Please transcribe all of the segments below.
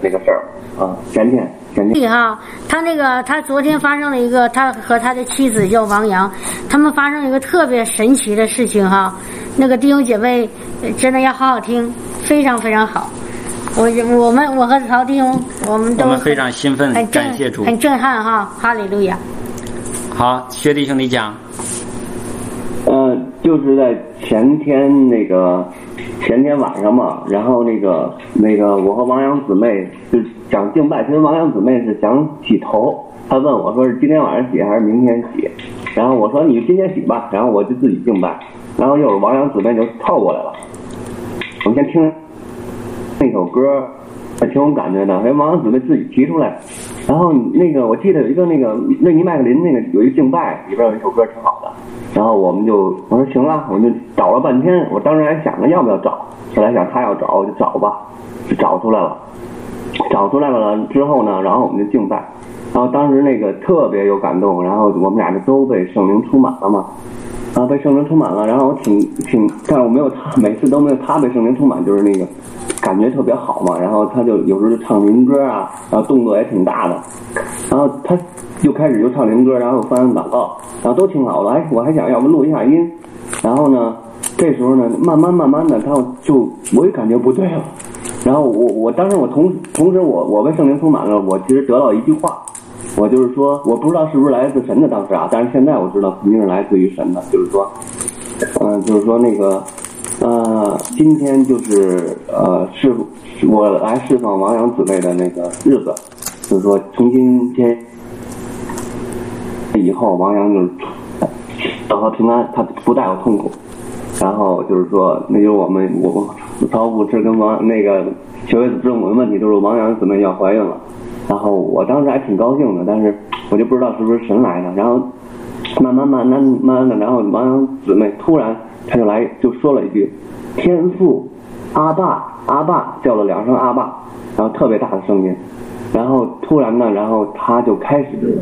那个事儿啊，前天。 对哈，他昨天发生了一个，他和他的妻子叫王阳，他们发生了一个特别神奇的事情哈。那个弟兄姐妹真的要好好听，非常非常好。我和曹弟兄，我们非常兴奋，感谢主， 很震撼哈，哈利路亚。 好，薛弟兄你讲。 就是在前天晚上嘛，然后那个我和王阳姊妹就想敬拜，其实王阳姊妹是想洗头，她问我说是今天晚上洗还是明天洗，然后我说你今天洗吧，然后我就自己敬拜，然后又有王阳姊妹就凑过来了，我们先听那首歌，还挺有感觉的，王阳姊妹自己提出来，然后我记得有一个瑞尼麦克林有一个敬拜里边有一首歌挺好的。然后我说行了，我就找了半天，我当时还想着要不要找，后来想他要找我就找吧，就找出来了之后呢，然后我们就敬拜，然后当时特别有感动，然后我们俩都被圣灵充满了嘛，然后被圣灵充满了，然后我但是我没有他，每次都没有他被圣灵充满，就是感觉特别好嘛，然后他就有时候就唱灵歌啊，然后动作也挺大的，然后他就开始唱灵歌，然后翻祷告，然后都挺好的，我还想要不录一下音，然后呢，这时候呢，慢慢的，我也感觉不对了，然后我当时同时我被圣灵充满了，我其实得到一句话，我就是说，我不知道是不是来自神的当时啊，但是现在我知道肯定是来自于神的，就是说今天就是是我来释放王阳姊妹的日子，就是说从今天以后，王阳就是得到平安，他不带有痛苦。然后就是说，那就是我曹牧师跟学位子问我的问题，就是王阳姊妹要怀孕了。然后我当时还挺高兴的，但是我就不知道是不是神来的。然后慢慢的，然后王阳姊妹突然他就说了一句天父阿爸阿爸，叫了2声阿爸，然后特别大的声音，然后突然呢，然后他就开始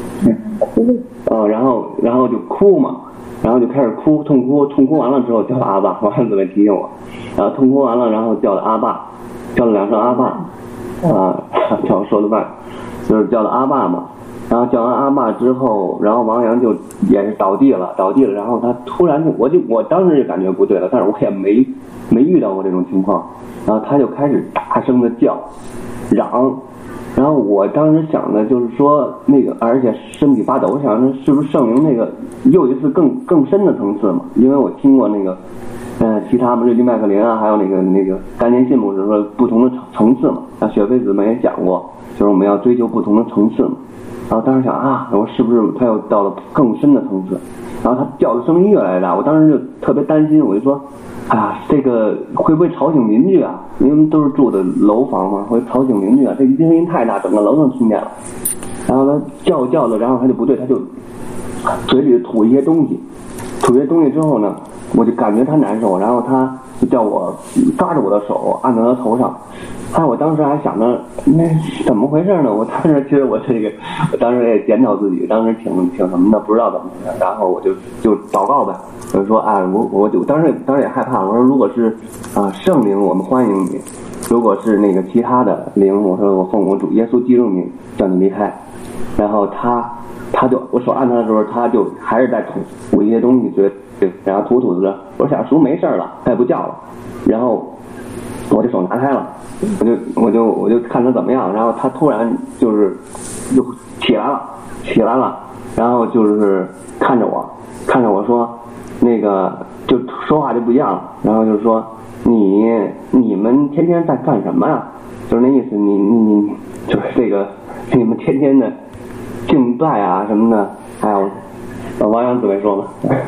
然后就哭嘛，然后就开始痛哭完了之后叫了阿爸，王阳姊妹提醒我，然后痛哭完了，然后叫了阿爸，叫了2声阿爸叫我说的慢，就是叫了阿爸嘛。然后叫完阿爸之后，然后王阳就也是倒地了，然后他突然我当时就感觉不对了，但是我也没遇到过这种情况，然后他就开始大声的叫嚷，然后我当时想的就是说而且身体发抖，我想着是不是圣灵又一次更深的层次嘛，因为我听过其他瑞金麦克林啊，还有甘年信牧师说不同的层次嘛，像雪菲姊妹也讲过，就是我们要追求不同的层次嘛。然后当时想我是不是他又到了更深的层次？然后他叫的声音越来越大，我当时就特别担心，我就说这个会不会吵醒邻居啊？因为都是住的楼房嘛，会吵醒邻居啊，这声音太大，整个楼都听见了。然后他叫的，然后他就不对，他就嘴里吐一些东西之后呢，我就感觉他难受，然后他就叫我抓着我的手按在他头上。我当时还想着怎么回事呢？我当时其实我当时也检讨自己，当时挺什么的，不知道怎么回事。然后我就祷告呗，就是说我当时也害怕，我说如果是圣灵，我们欢迎你；如果是其他的灵，我说我奉我主耶稣基督名叫你离开。然后他就我手按他的时候，他就还是在吐一些东西，然后吐的。我想叔没事了，他也不叫了。然后我的手拿开了，我就看他怎么样。然后他突然就起来了，然后就是看着我说就说话就不一样了。然后就是说你们天天在干什么呀？就是那意思，你就是你们天天的敬拜啊什么的。还有王阳姊妹说吗？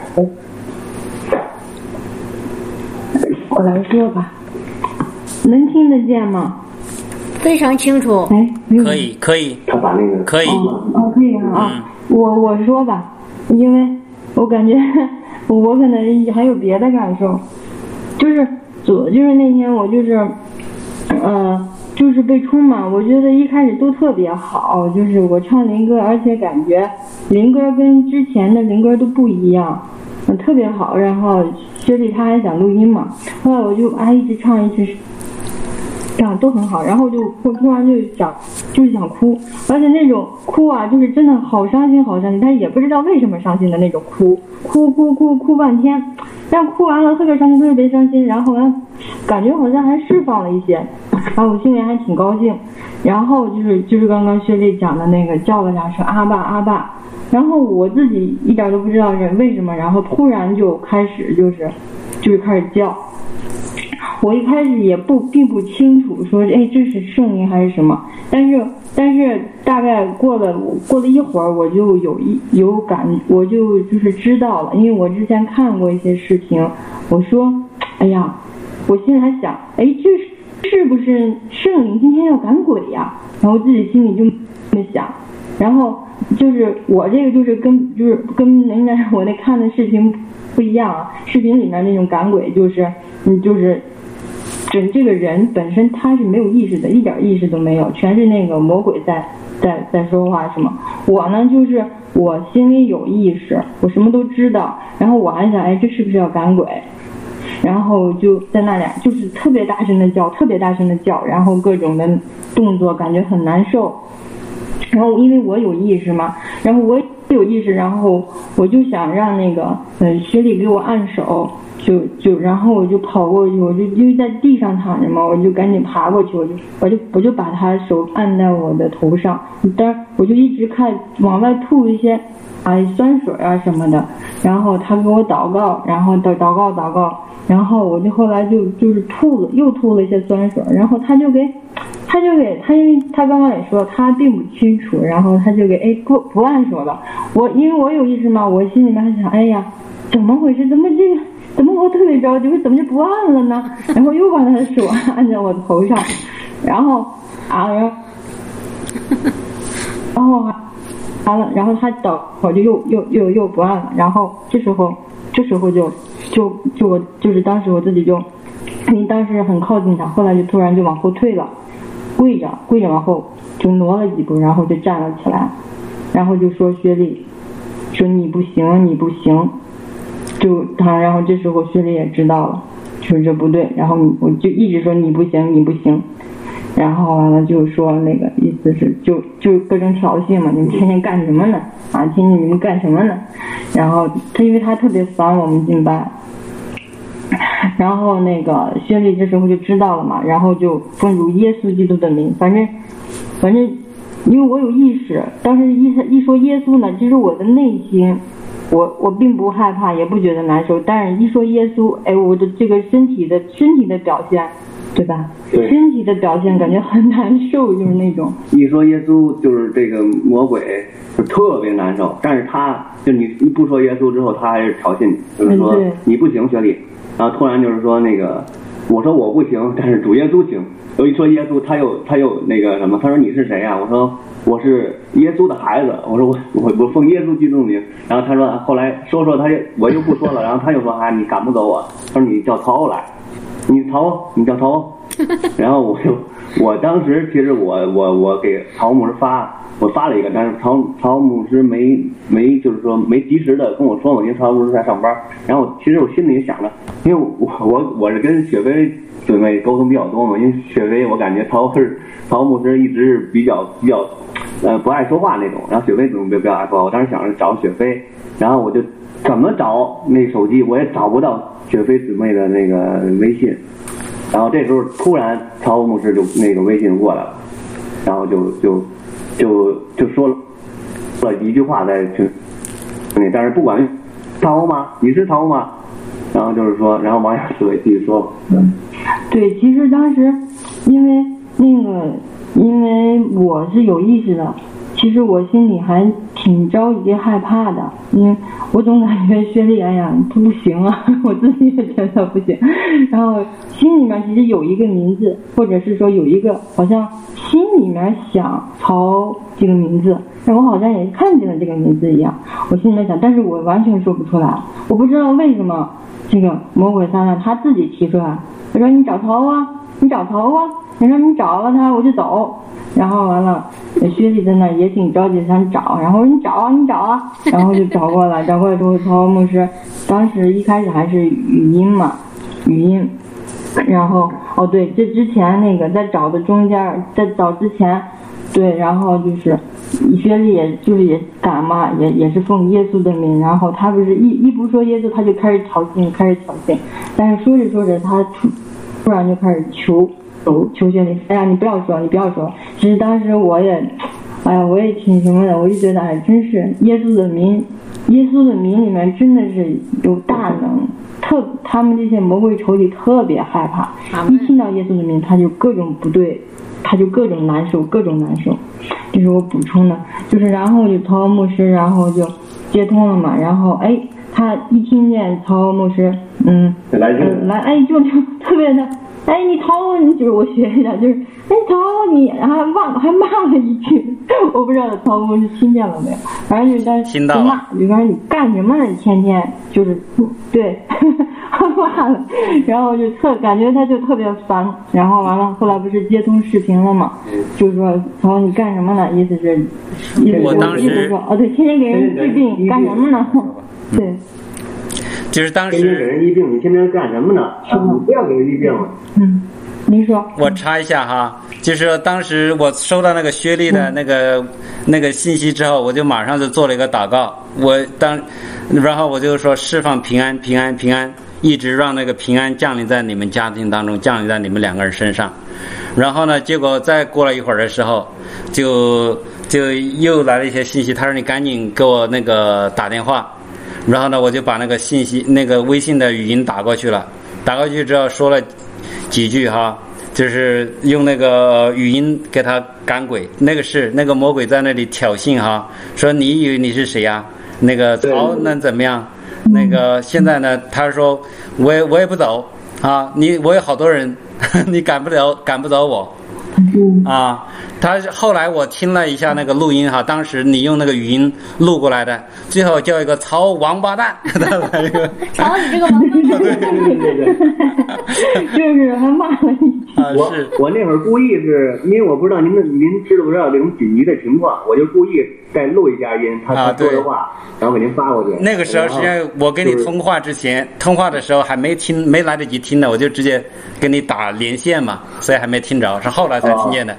我来说吧，能听得见吗？ 非常清楚。 可以。 他把可以。 可以啊。我说吧，因为我感觉我可能还有别的感受，就是那天我就是被充满，我觉得一开始都特别好，就是我唱灵歌，而且感觉灵歌跟之前的灵歌都不一样，特别好。然后薛丽他还想录音嘛，后来我就一直唱， 都很好，然后就突然就是想哭，而且那种哭啊，就是真的好伤心好伤心，他也不知道为什么伤心的那种哭半天，但哭完了特别伤心特别伤心，然后呢感觉好像还释放了一些，然后我心里还挺高兴。然后就是刚刚薛丽讲的那个叫了2声阿爸阿爸，然后我自己一点都不知道是为什么，然后突然就开始就是开始叫。我一开始也并不清楚说这是圣灵还是什么，但是大概过了一会儿，我就有感，我就是知道了，因为我之前看过一些视频，我说哎呀，我心里还想这是不是圣灵今天要赶鬼呀？然后自己心里就这么想，然后就是我这个就是跟人家我那看的视频不一样啊，视频里面那种赶鬼就是这个人本身他是没有意识的，一点意识都没有，全是那个魔鬼在说话什么。我呢就是我心里有意识，我什么都知道，然后我还想这是不是要赶鬼，然后就在那俩就是特别大声的叫，然后各种的动作感觉很难受。然后因为我有意识嘛，然后我有意识，然后我就想让那个薛丽给我按手，然后我就跑过去，我就因为在地上躺着嘛，我就赶紧爬过去，我就把他手按在我的头上，但我就一直看往外吐一些酸水啊什么的，然后他给我祷告，然后祷告，然后我就后来就是又吐了一些酸水，然后他就给他，因为他刚刚也说他并不清楚，然后他就给不按手了。因为我有意识嘛，我心里面还想哎呀怎么回事，怎么我特别着急，我怎么就不按了呢？然后又把他的手按在我头上，然后完了，然后他我就又不按了，然后这时候我就是当时我自己就，因为当时很靠近他，后来就突然就往后退了，跪着往后就挪了几步，然后就站了起来，然后就说薛丽，说你不行，然后这时候薛丽也知道了，说这不对，然后我就一直说你不行，然后完了就说那个意思是就各种挑衅嘛，你们天天干什么呢？天天你们干什么呢？然后因为他特别烦我们敬拜，然后那个薛丽这时候就知道了嘛，然后就奉主耶稣基督的名，反正因为我有意识，当时一说耶稣呢，其实我的内心我并不害怕，也不觉得难受，但是一说耶稣，我的这个身体的表现，对吧？ 对， 身体的表现感觉很难受，就是那种一说耶稣就是这个魔鬼就特别难受，但是他就你不说耶稣之后，他还是挑衅你，就是说你不行薛丽，然后突然就是说那个我说我不行，但是主耶稣行。我一说耶稣，他又那个什么，他说你是谁啊？我说我是耶稣的孩子，我说我奉耶稣基督名。然后他说后来说我就不说了，然后他又说你赶不走我，他说你叫曹来，你叫曹。然后我当时其实我给曹牧师我发了一个，但是曹牧师没就是说没及时的跟我说嘛，因为曹牧师在上班。然后其实我心里想着，因为我是跟雪飞姊妹沟通比较多嘛，因为雪飞我感觉曹牧师一直是比较不爱说话那种，然后雪飞姊妹比较爱说话，我当时想着找雪飞，然后我就怎么找那手机我也找不到雪飞姊妹的那个微信，然后这时候突然曹牧师就那个微信过来了，然后就说了一句话在群里，但是不管曹吗？你是曹吗？然后就是说，然后王雅思维继续说。 对，其实当时因为我是有意识的，其实我心里还挺着急害怕的，因为我总感觉薛丽他不行啊，我自己也觉得不行，然后心里面其实有一个名字，或者是说有一个好像心里面想曹这个名字，但我好像也看见了这个名字一样，我心里面想，但是我完全说不出来，我不知道为什么这个魔鬼撒旦他自己提出来，他说你找曹啊，你说你找了他我就走，然后完了薛丽在那也挺着急想找，然后你找啊，然后就找过来之后，曹牧师当时一开始还是语音， 然后对，这之前那个在找的中间，在找之前，对，然后就是薛丽也敢嘛，也是奉耶稣的名，然后他不是一不说耶稣，他就开始挑衅，但是说着说着，他突然就开始求薛丽，哎呀，你不要说。其实当时我也挺什么的，我就觉得真是耶稣的名里面真的是有大能，他们这些魔鬼仇敌特别害怕，一听到耶稣的名，他就各种不对，他就各种难受。这是我补充的，就是然后就曹牧师，然后就接通了嘛，然后他一听见曹牧师，来就特别的。你曹，就是我学一下，就是曹你，然后还骂了一句，我不知道曹牧是听见了没有，反正就是在骂，就说你干什么呢？你天天就是对，骂了，然后就感觉他就特别烦，然后完了后来不是接通视频了嘛，就是说曹你干什么呢？意思是说对，天天给人治病干什么呢？对。 就是当时天天给人医病，你天天干什么呢？你不要给人医病了。 您说。 我插一下哈，就是当时我收到那个薛丽的那个信息之后，我就马上就做了一个祷告。然后我就说释放平安，一直让那个平安降临在你们家庭当中，降临在你们两个人身上。然后呢，结果再过了一会儿的时候，就又来了一些信息，他说你赶紧给我那个打电话。然后呢，我就把那个信息，那个微信的语音打过去了。打过去之后说了几句哈，就是用那个语音给他赶鬼。那个魔鬼在那里挑衅哈，说你以为你是谁呀？那个曹能怎么样？那个现在呢，他说我也不走啊，我有好多人，你赶不走我。啊，他后来我听了一下那个录音哈，当时你用那个语音录过来的，最后叫一个曹王八蛋， 曹你这个王八蛋，就是还骂了一句。 我那会儿故意是因为我不知道您知不知道这种紧急的情况，我就故意再录一下音，他说的话，然后给您发过去。 那个时候实际上我跟你通话之前，通话的时候还没来得及听呢，我就直接跟你打连线嘛，所以还没听着，是后来才听见的。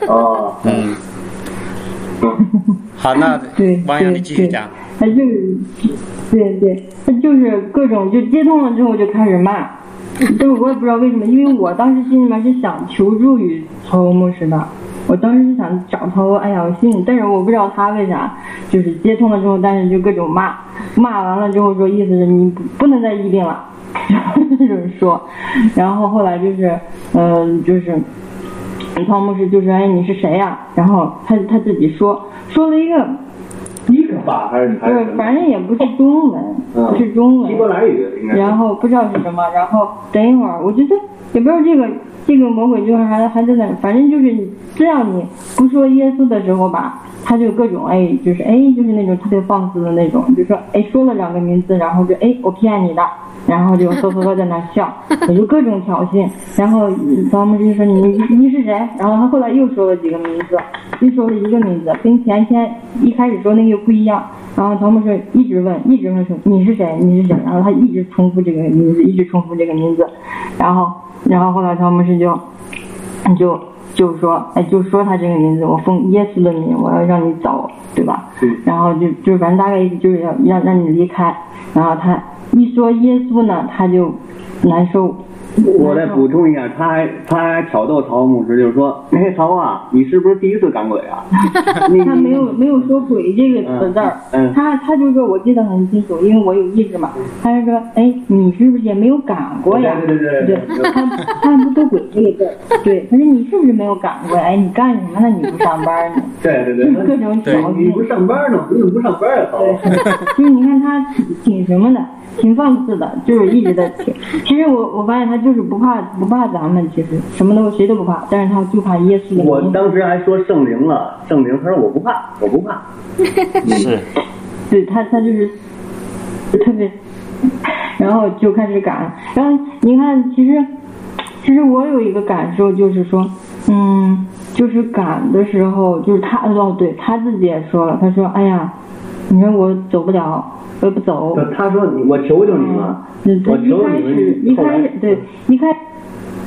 好，那王阳你继续讲。 他就是对，他就是各种就接通了之后就开始骂，但是我也不知道为什么，因为我当时心里面是想求助于曹牧师的，我当时是想找他，我心里，但是我不知道他为啥，就是接通了之后，但是就各种骂完了之后说意思是你不能再医病了，就是说，然后后来就是就是曹牧师就说你是谁呀？然后他自己说了一个法还是反正也不是中文， 希伯来语应该。 然后不知道是什么，然后等一会儿，我觉得也不知道这个魔鬼就是还在那，反正就是只要你不说耶稣的时候吧，他就各种就是那种特别放肆的那种，就说说了2个名字，然后就我骗你的，然后就呵呵呵在那笑，我就各种挑衅，然后曹牧师就说你是谁？然后他后来又说了几个名字，又说了一个名字，跟前天一开始说那个又不一样。然后曹牧师一直问说你是谁？然后他一直重复这个名字，然后后来曹牧师就说他这个名字，我奉耶稣的名，我要让你走，对吧？然后就反正大概意思就是要让你离开。然后他一说耶稣呢，他就难受。 我再补充一下，他还挑逗曹牧师，就是说，曹啊，你是不是第一次赶鬼啊？ 他没有说鬼这个词儿，他就说我记得很清楚，因为我有意识嘛。他就说，你是不是也没有赶过呀？对，他不说鬼这个字儿，对，可是你是不是没有赶过？你干什么呢？你不上班呢？ 对， 各种挑衅。 你不上班呢？你怎么不上班啊？ 对，就是你看他挺什么的。挺放肆的，就是一直在挺。其实我发现他就是不怕咱们，其实什么谁都不怕，但是他就怕耶稣的。 我当时还说圣灵了，他说我不怕。 是， 对他就是特别，然后就开始赶。然后你看，其实我有一个感受，就是说，就是赶的时候，就是对他自己也说了，他说，哎呀，你说我走不了。我不走。 他说我求求你嘛，我求求你们。 一开始，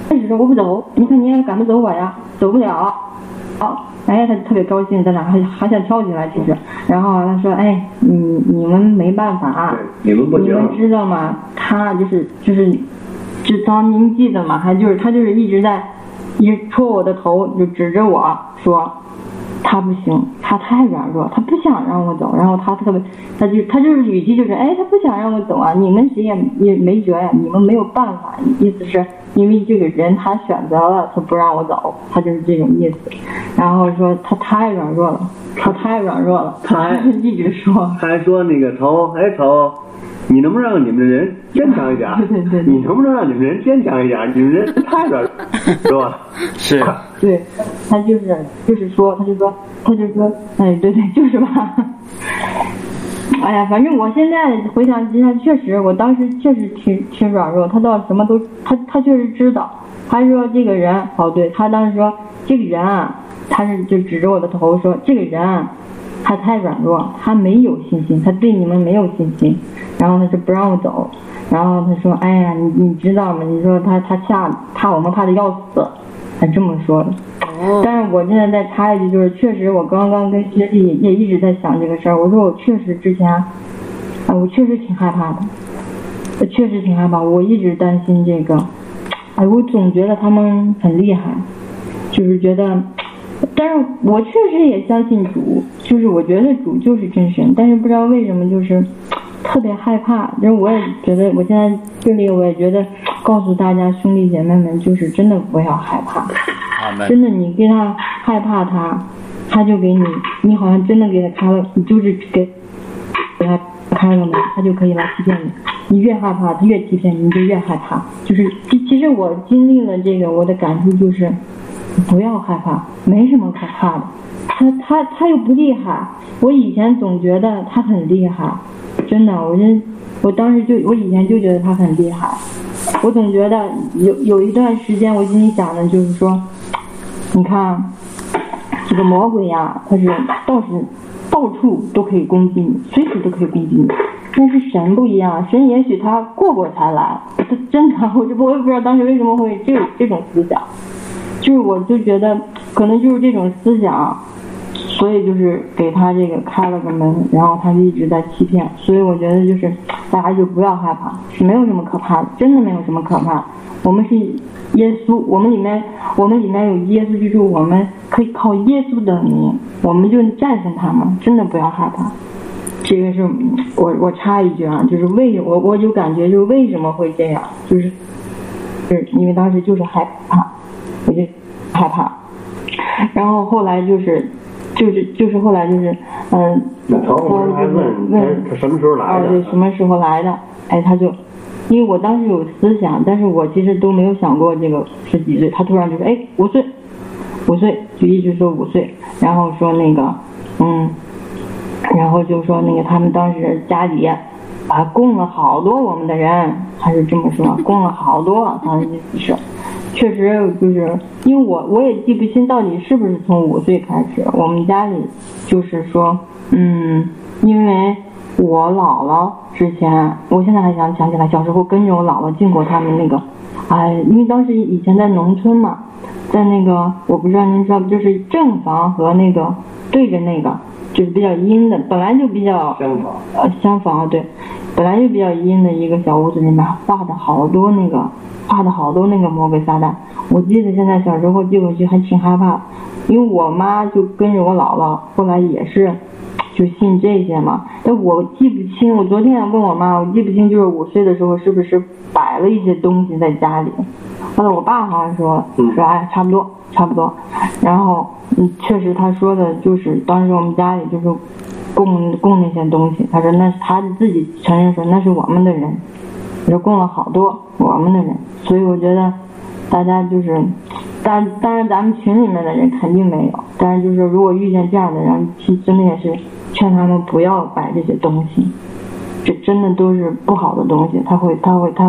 开始说我不走，你看你也赶不走我呀，走不了。哎，他特别高兴，在那还想跳起来，其实。然后他说，哎，你们没办法， 你们不行， 你们知道吗？他就当您记得吗？他就是一直戳我的头，就指着我说，他不行，他太软弱，他不想让我走。然后他就是语气就是，哎，他不想让我走啊，你们谁也没辙呀，你们没有办法，意思是因为这个人他选择了，他不让我走，他就是这种意思。然后说他太软弱了，他还一直说， 他还说那个头，你能不能让你们的人坚强一点？ 对， 你能不能让你们人坚强一点？你们人太软弱，是吧？ 是。 对，他就是说，哎，对，就是吧。哎呀，反正我现在回想起来，确实，我当时确实挺软弱。他倒什么都，他确实知道。他说这个人，对，他当时说这个人啊，他就指着我的头说，这个人啊，他太软弱，他没有信心，他对你们没有信心。然后他就不让我走。然后他说，哎呀，你知道吗？你说我们怕的要死，他这么说的。但是我现在再插一句，就是确实我刚刚跟学弟也一直在想这个事儿。我说我确实之前，我确实挺害怕的，我一直担心这个，我总觉得他们很厉害，就是觉得，但是我确实也相信主，就是我觉得主就是真神，但是不知道为什么就是特别害怕。就是我也觉得我现在这里我也觉得告诉大家兄弟姐妹们，就是真的不要害怕。真的，你给他害怕他就给你好像真的给他开了，你就是给他开了门，他就可以来欺骗你。你越害怕，他越欺骗你，就越害怕。就是其实我经历了这个，我的感触就是不要害怕，没什么可怕的。他又不厉害，我以前总觉得他很厉害，真的，我当时我以前就觉得他很厉害。我总觉得有一段时间我心里想的就是说，你看这个魔鬼呀，他是到处都可以攻击你，随时都可以攻击你。但是神不一样，神也许他过才来。真的，我也不知道当时为什么会这种思想，就是我就觉得可能就是这种思想，所以就是给他这个开了个门，然后他就一直在欺骗。所以我觉得就是大家就不要害怕，是没有什么可怕的，真的没有什么可怕。我们是耶稣，我们里面有耶稣居住，我们可以靠耶稣的名，我们就战胜他们，真的不要害怕。这个是我插一句啊，就是我就感觉就是为什么会这样，就是因为当时就是害怕，我就害怕，然后后来就是后来就是那头我还问他什么时候来的？ 对，什么时候来的？哎，他就，因为我当时有思想，但是我其实都没有想过这个是几岁。他突然就说，哎，5岁，就一直说5岁，然后说那个，然后就说那个他们当时家里供了好多我们的人，他是这么说，供了好多，他的意思是。确实就是因为我也记不清到底是不是从5岁开始，我们家里就是说，因为我姥姥之前，我现在还想起来，小时候跟着我姥姥进过他们那个，因为当时以前在农村嘛，在那个我不知道您知道，就是正房和那个对着那个就是比较阴的，本来就比较厢房对，本来就比较阴的一个小屋子里面画的好多那个魔鬼撒旦。我记得现在小时候记回去还挺害怕，因为我妈就跟着我姥姥，后来也是就信这些嘛。但我记不清，我昨天问我妈，我记不清就是5岁的时候是不是摆了一些东西在家里。后来我爸好像说差不多。然后确实他说的就是当时我们家里就是供那些东西，他说那是他自己承认说那是我们的人，他说供了好多我们的人。所以我觉得大家就是当然咱们群里面的人肯定没有，但是就是如果遇见这样的人，真的也是劝他们不要摆这些东西，这真的都是不好的东西，他会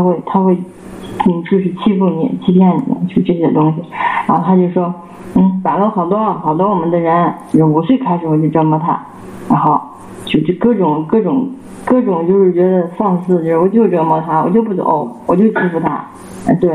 就是欺负你欺骗你，就这些东西。然后他就说摆了好多我们的人，5岁开始我就折磨他，然后就各种就是觉得放肆，就是我就折磨他，我就不走，我就欺负他，对，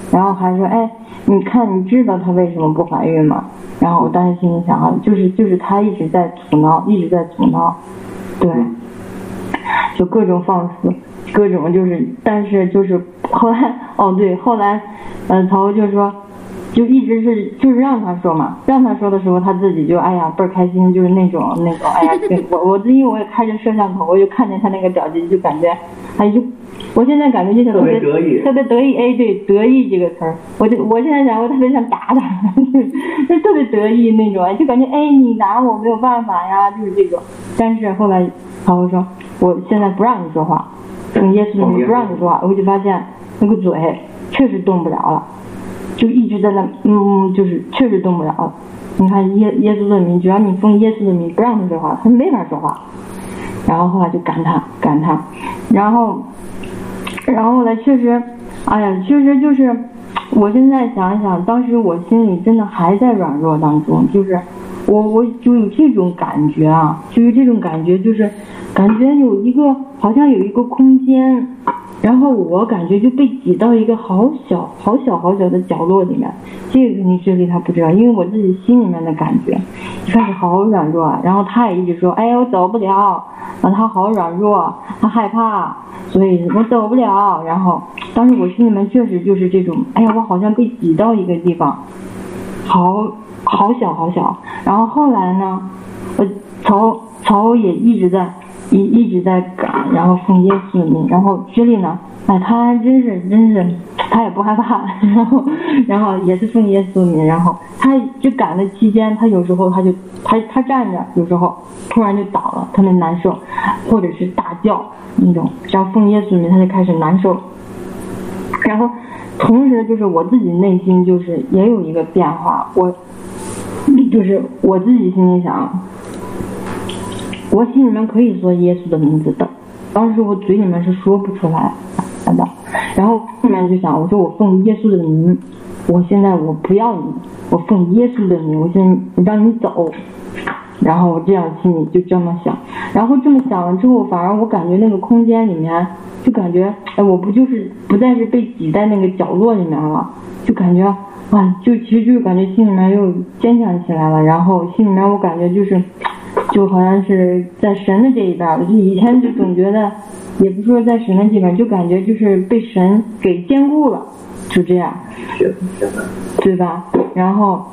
然后还说，哎，你看你知道她为什么不怀孕吗？然后我当时心里想啊，就是她一直在阻挠，对，就各种放肆，各种就是，但是就是后来后来曹就说，就一直是就是让他说嘛，让他说的时候他自己就哎呀倍儿开心，就是那种哎呀，对我因为我也开着摄像头，我就看见他那个表情，就感觉哎就我现在感觉就是特别得意，哎对，得意这个词儿，我现在想我特别想打他，就特别得意那种，就感觉哎你打我没有办法呀，就是这种。但是后来曹说，我现在不让你说话，用耶稣的名不让你说话，我就发现那个嘴确实动不了了。就一直在那，就是确实动不了了。你看耶稣的名，只要你奉耶稣的名不让他说话，他没法说话。然后后来就感叹，然后后来确实，哎呀，确实就是，我现在想一想，当时我心里真的还在软弱当中，就是我就有这种感觉啊，就是感觉好像有一个空间。然后我感觉就被挤到一个好小的角落里面，这个肯定是他不知道，因为我自己心里面的感觉，一开始好软弱啊，然后他也一直说，哎呀我走不了，然后他好软弱，他害怕，所以我走不了。然后当时我心里面确实就是这种，哎呀我好像被挤到一个地方，好小。然后后来呢，曹也一直在赶，然后奉耶稣的名，然后薛丽呢，哎，他真是，他也不害怕，然后也是奉耶稣的名，然后他就赶的期间，他有时候他站着，有时候突然就倒了，特别难受，或者是大叫那种，只要奉耶稣的名，他就开始难受。然后同时就是我自己内心就是也有一个变化，就是我自己心里想。我心里面可以说耶稣的名字的，当时我嘴里面是说不出来的，然后后面就想，我说我奉耶稣的名，我现在我不要你，我奉耶稣的名，我让你走，然后我这样心里就这么想，然后这么想了之后，反而我感觉那个空间里面就感觉，哎，我不再是被挤在那个角落里面了，就感觉啊，其实就是感觉心里面又坚强起来了，然后心里面我感觉就好像是在神的这一边了，就以前就总觉得，也不说在神的这边，就感觉就是被神给兼顾了，就这样，对吧？然后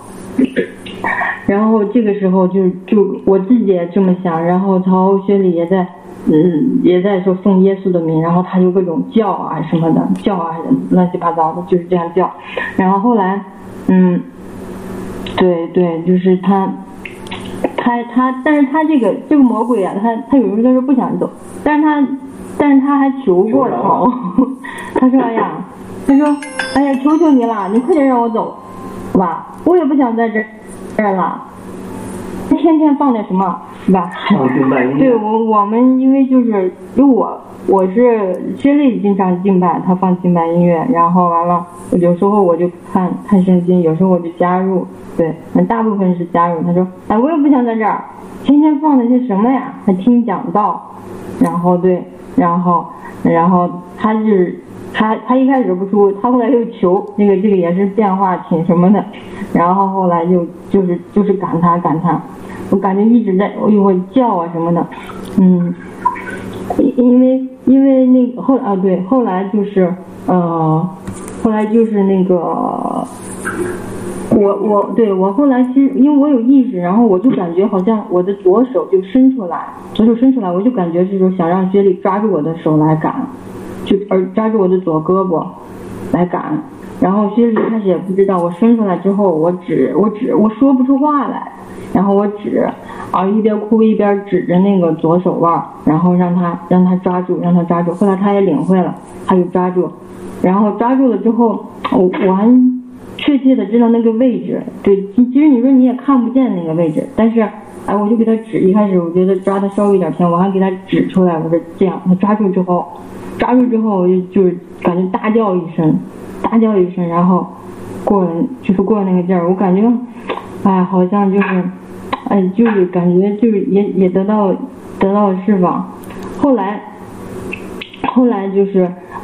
这个时候就我自己也这么想，然后曹薛礼也在说奉耶稣的名，然后他就各种叫啊什么的，叫啊乱七八糟的，就是这样叫。然后后来，对，就是他，但是他这个魔鬼啊，他有时候他说不想走，但是他还求过曹，他说哎呀，求求你了，你快点让我走，好吧，我也不想在这儿了，天天放点什么，是吧？对，我们因为我是薛丽经常敬拜，他放敬拜音乐，然后完了有时候我就看圣经，有时候我就加入，对，那大部分是加入。他说，哎，我也不想在这儿，天天放的是什么呀？还听讲道，然后对，然后他一开始不出，他后来又求，这个也是变化挺什么的，然后后来就是感叹，我感觉一直在一会儿叫啊什么的，因为那个后来就是那个我后来其实因为我有意识，然后我就感觉好像我的左手就伸出来，我就感觉是说想让薛丽抓住我的手来赶，抓住我的左胳膊来赶，然后薛丽开始也不知道，我伸出来之后我说不出话来，然后我一边哭一边指着那个左手腕，然后让他抓住，后来他也领会了，他就抓住，然后抓住了之后，我还确切的知道那个位置，对，其实你说你也看不见那个位置，但是我就给他指，一开始我觉得抓他稍微有点偏，我还给他指出来，我说这样，他抓住之后我就是感觉大叫一声，然后过了那个劲儿，我感觉好像就是感觉就是也得到了释放。后来就是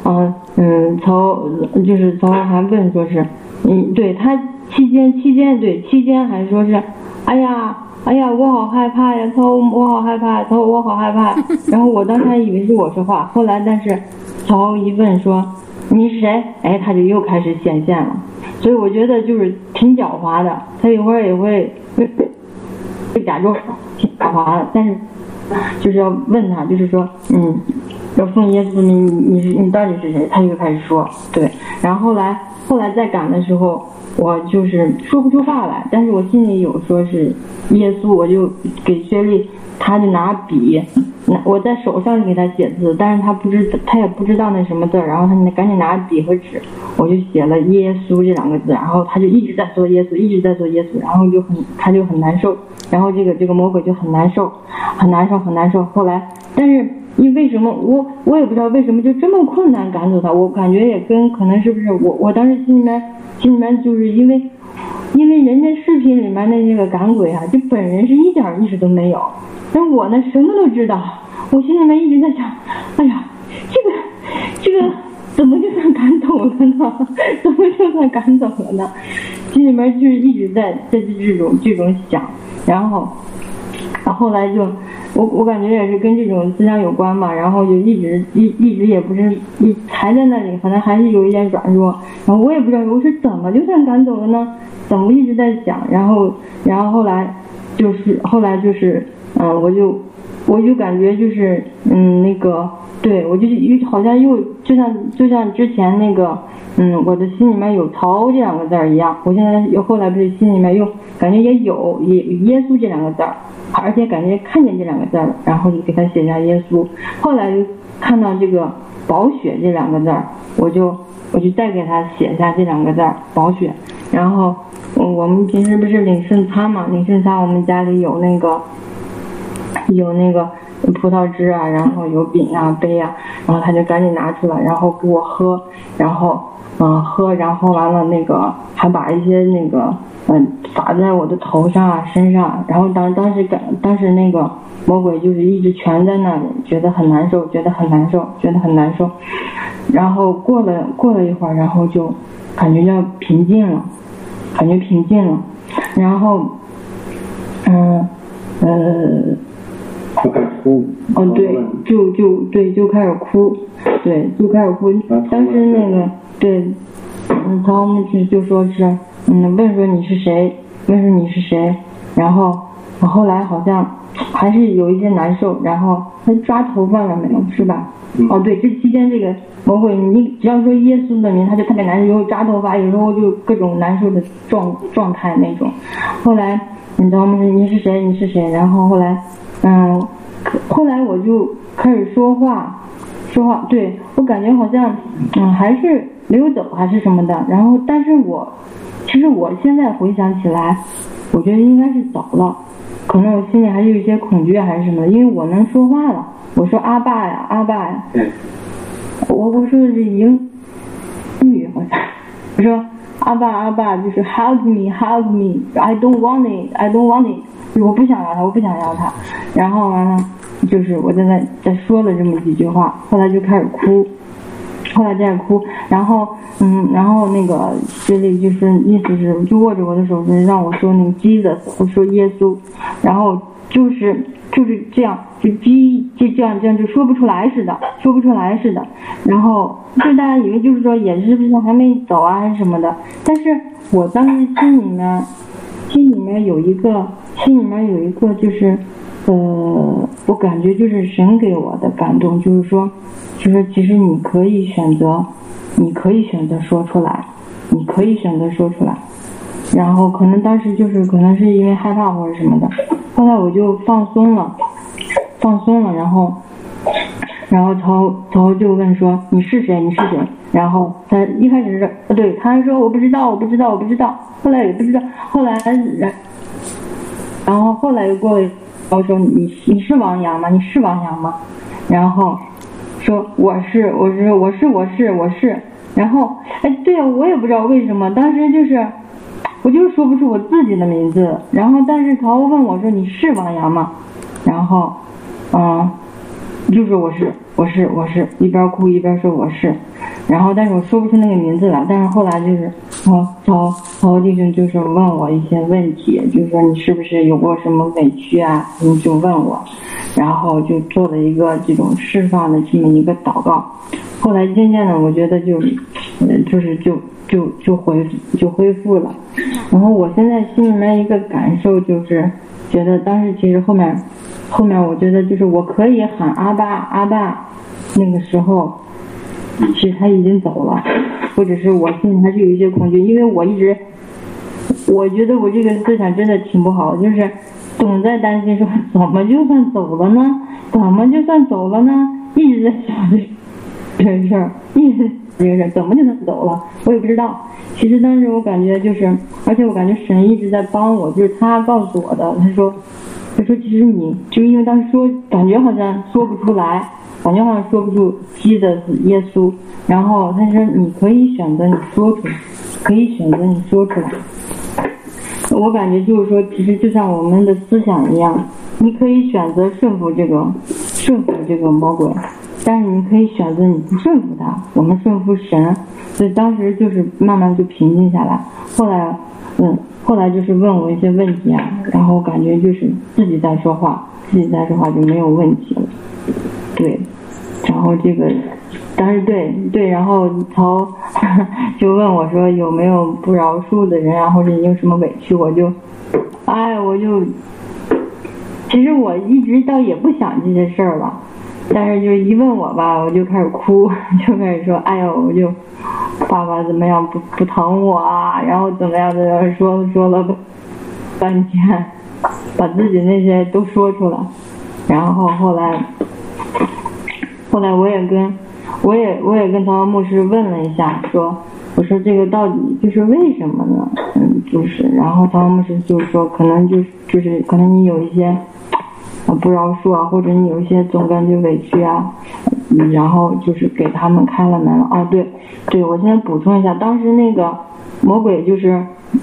曹还问说是，对他期间还说是，哎呀，我好害怕呀，曹，我好害怕，曹，我好害怕。然后我当时还以为是我说话，后来但是曹一问说你是谁，哎，他就又开始显现了。所以我觉得就是挺狡猾的，他一会儿也会假装挺狡猾的，但是就是要问他，就是说要奉耶稣名，你到底是谁？他就开始说，对。然后后来在赶的时候，我就是说不出话来，但是我心里有说是耶稣，我就给薛丽，他就拿笔，我在手上给他写字，但是他也不知道那什么字，然后他赶紧拿笔和纸，我就写了耶稣这2个字，然后他就一直在说耶稣，一直在说耶稣，然后他就很难受，然后这个魔鬼就很难受。后来，但是因为什么我也不知道为什么就这么困难赶走他，我感觉也跟可能是不是我当时心里面就是因为人家视频里面的那个赶鬼啊，就本人是一点意识都没有，但我呢什么都知道，我心里面一直在想，哎呀，这个怎么就算赶走了呢？怎么就算赶走了呢？心里面就是一直在这种想，然后后来就我感觉也是跟这种思想有关吧，然后就一直也不是还在那里，可能还是有一点软弱，然后我也不知道我是怎么就算赶走了呢？怎么一直在想，然后后来就是我就感觉就是那个对我就好像又就像之前那个我的心里面有曹这2个字一样，我现在后来不是心里面又感觉也有耶稣这2个字，而且感觉看见这2个字了，然后就给他写下耶稣。后来就看到这个宝血这2个字，我就再给他写下这2个字宝血。然后我们平时不是领圣餐嘛，领圣餐我们家里有那个葡萄汁啊，然后有饼啊杯啊，然后他就赶紧拿出来，然后给我喝，然后喝，然后完了那个还把一些那个洒在我的头上啊身上，然后当时那个魔鬼就是一直蜷在那里，觉得很难受，然后过了一会儿，然后就感觉要平静了，然后就开始哭。 对，就开始哭，对，就开始哭。当时那个对，曹牧师就说是问说你是谁，然后后来好像还是有一些难受，然后他抓头发了没有，是吧？对，这期间这个魔鬼，你只要说耶稣的名，他就特别难受，有时候抓头发，有时候就各种难受的状态那种。后来你知道吗？你是谁？然后后来我就开始说话，对，我感觉好像还是溜走还是什么的，然后但是其实我现在回想起来，我觉得应该是走了，可能我心里还是有一些恐惧还是什么的，因为我能说话了，我说阿爸呀，我说的是英语好像，我说阿爸就是 help me I don't want it， 我不想要他，然后完了就是我在说了这么几句话，后来就开始哭，然后那个这里就是意思是就握着我的手是让我说那个 Jesus， 我说耶稣，然后就是这样就这样就说不出来似的，然后就大家以为就是说也是不是还没走啊还是什么的，但是我当时心里面有一个就是我感觉就是神给我的感动，就是说其实你可以选择说出来，然后可能当时就是可能是因为害怕或者什么的，后来我就放松了，然后曹就问说你是谁，然后他一开始是对，他还说我不知道，后来也不知道，然后后来又过了，我说你是王阳吗？然后说我是，然后对啊，我也不知道为什么，当时我就说不出我自己的名字，然后但是曹问我说你是王阳吗？然后就说我是，一边哭一边说我是， 然后但是我说不出那个名字来，但是后来就是曹弟兄就是问我一些问题，就是说你是不是有过什么委屈啊，你就问我，然后就做了一个这种释放的这么一个祷告。后来渐渐的我觉得就恢复了。然后我现在心里面一个感受就是觉得当时其实后面我觉得就是我可以喊阿爸，那个时候其实他已经走了，或者是我心里还是有一些恐惧，因为我觉得我这个思想真的挺不好，就是总在担心说怎么就算走了呢，一直在想这个事儿，怎么就能走了，我也不知道。其实当时我感觉就是，而且我感觉神一直在帮我，就是他告诉我的，他说其实你就因为当时说感觉好像说不出来，感觉好像说不出Jesus耶稣，然后他说你可以选择你说出来，我感觉就是说其实就像我们的思想一样，你可以选择顺服这个魔鬼，但是你可以选择你不顺服他，我们顺服神。所以当时就是慢慢就平静下来，后来就是问我一些问题啊，然后感觉就是自己在说话就没有问题了。对，然后这个但是对，然后曹就问我说有没有不饶恕的人啊，或者你有什么委屈，我就其实我一直倒也不想这些事儿了，但是就一问我吧，我就开始哭，就开始说哎呦，我就爸爸怎么样不疼我啊，然后怎么样的说了半天，把自己那些都说出来。然后后来我也跟曹牧师问了一下，我说这个到底就是为什么呢？然后曹牧师就是说可能就是可能你有一些不饶恕啊，或者你有一些总感觉委屈啊，然后就是给他们开了门了。哦，对，我先补充一下，当时那个魔鬼就是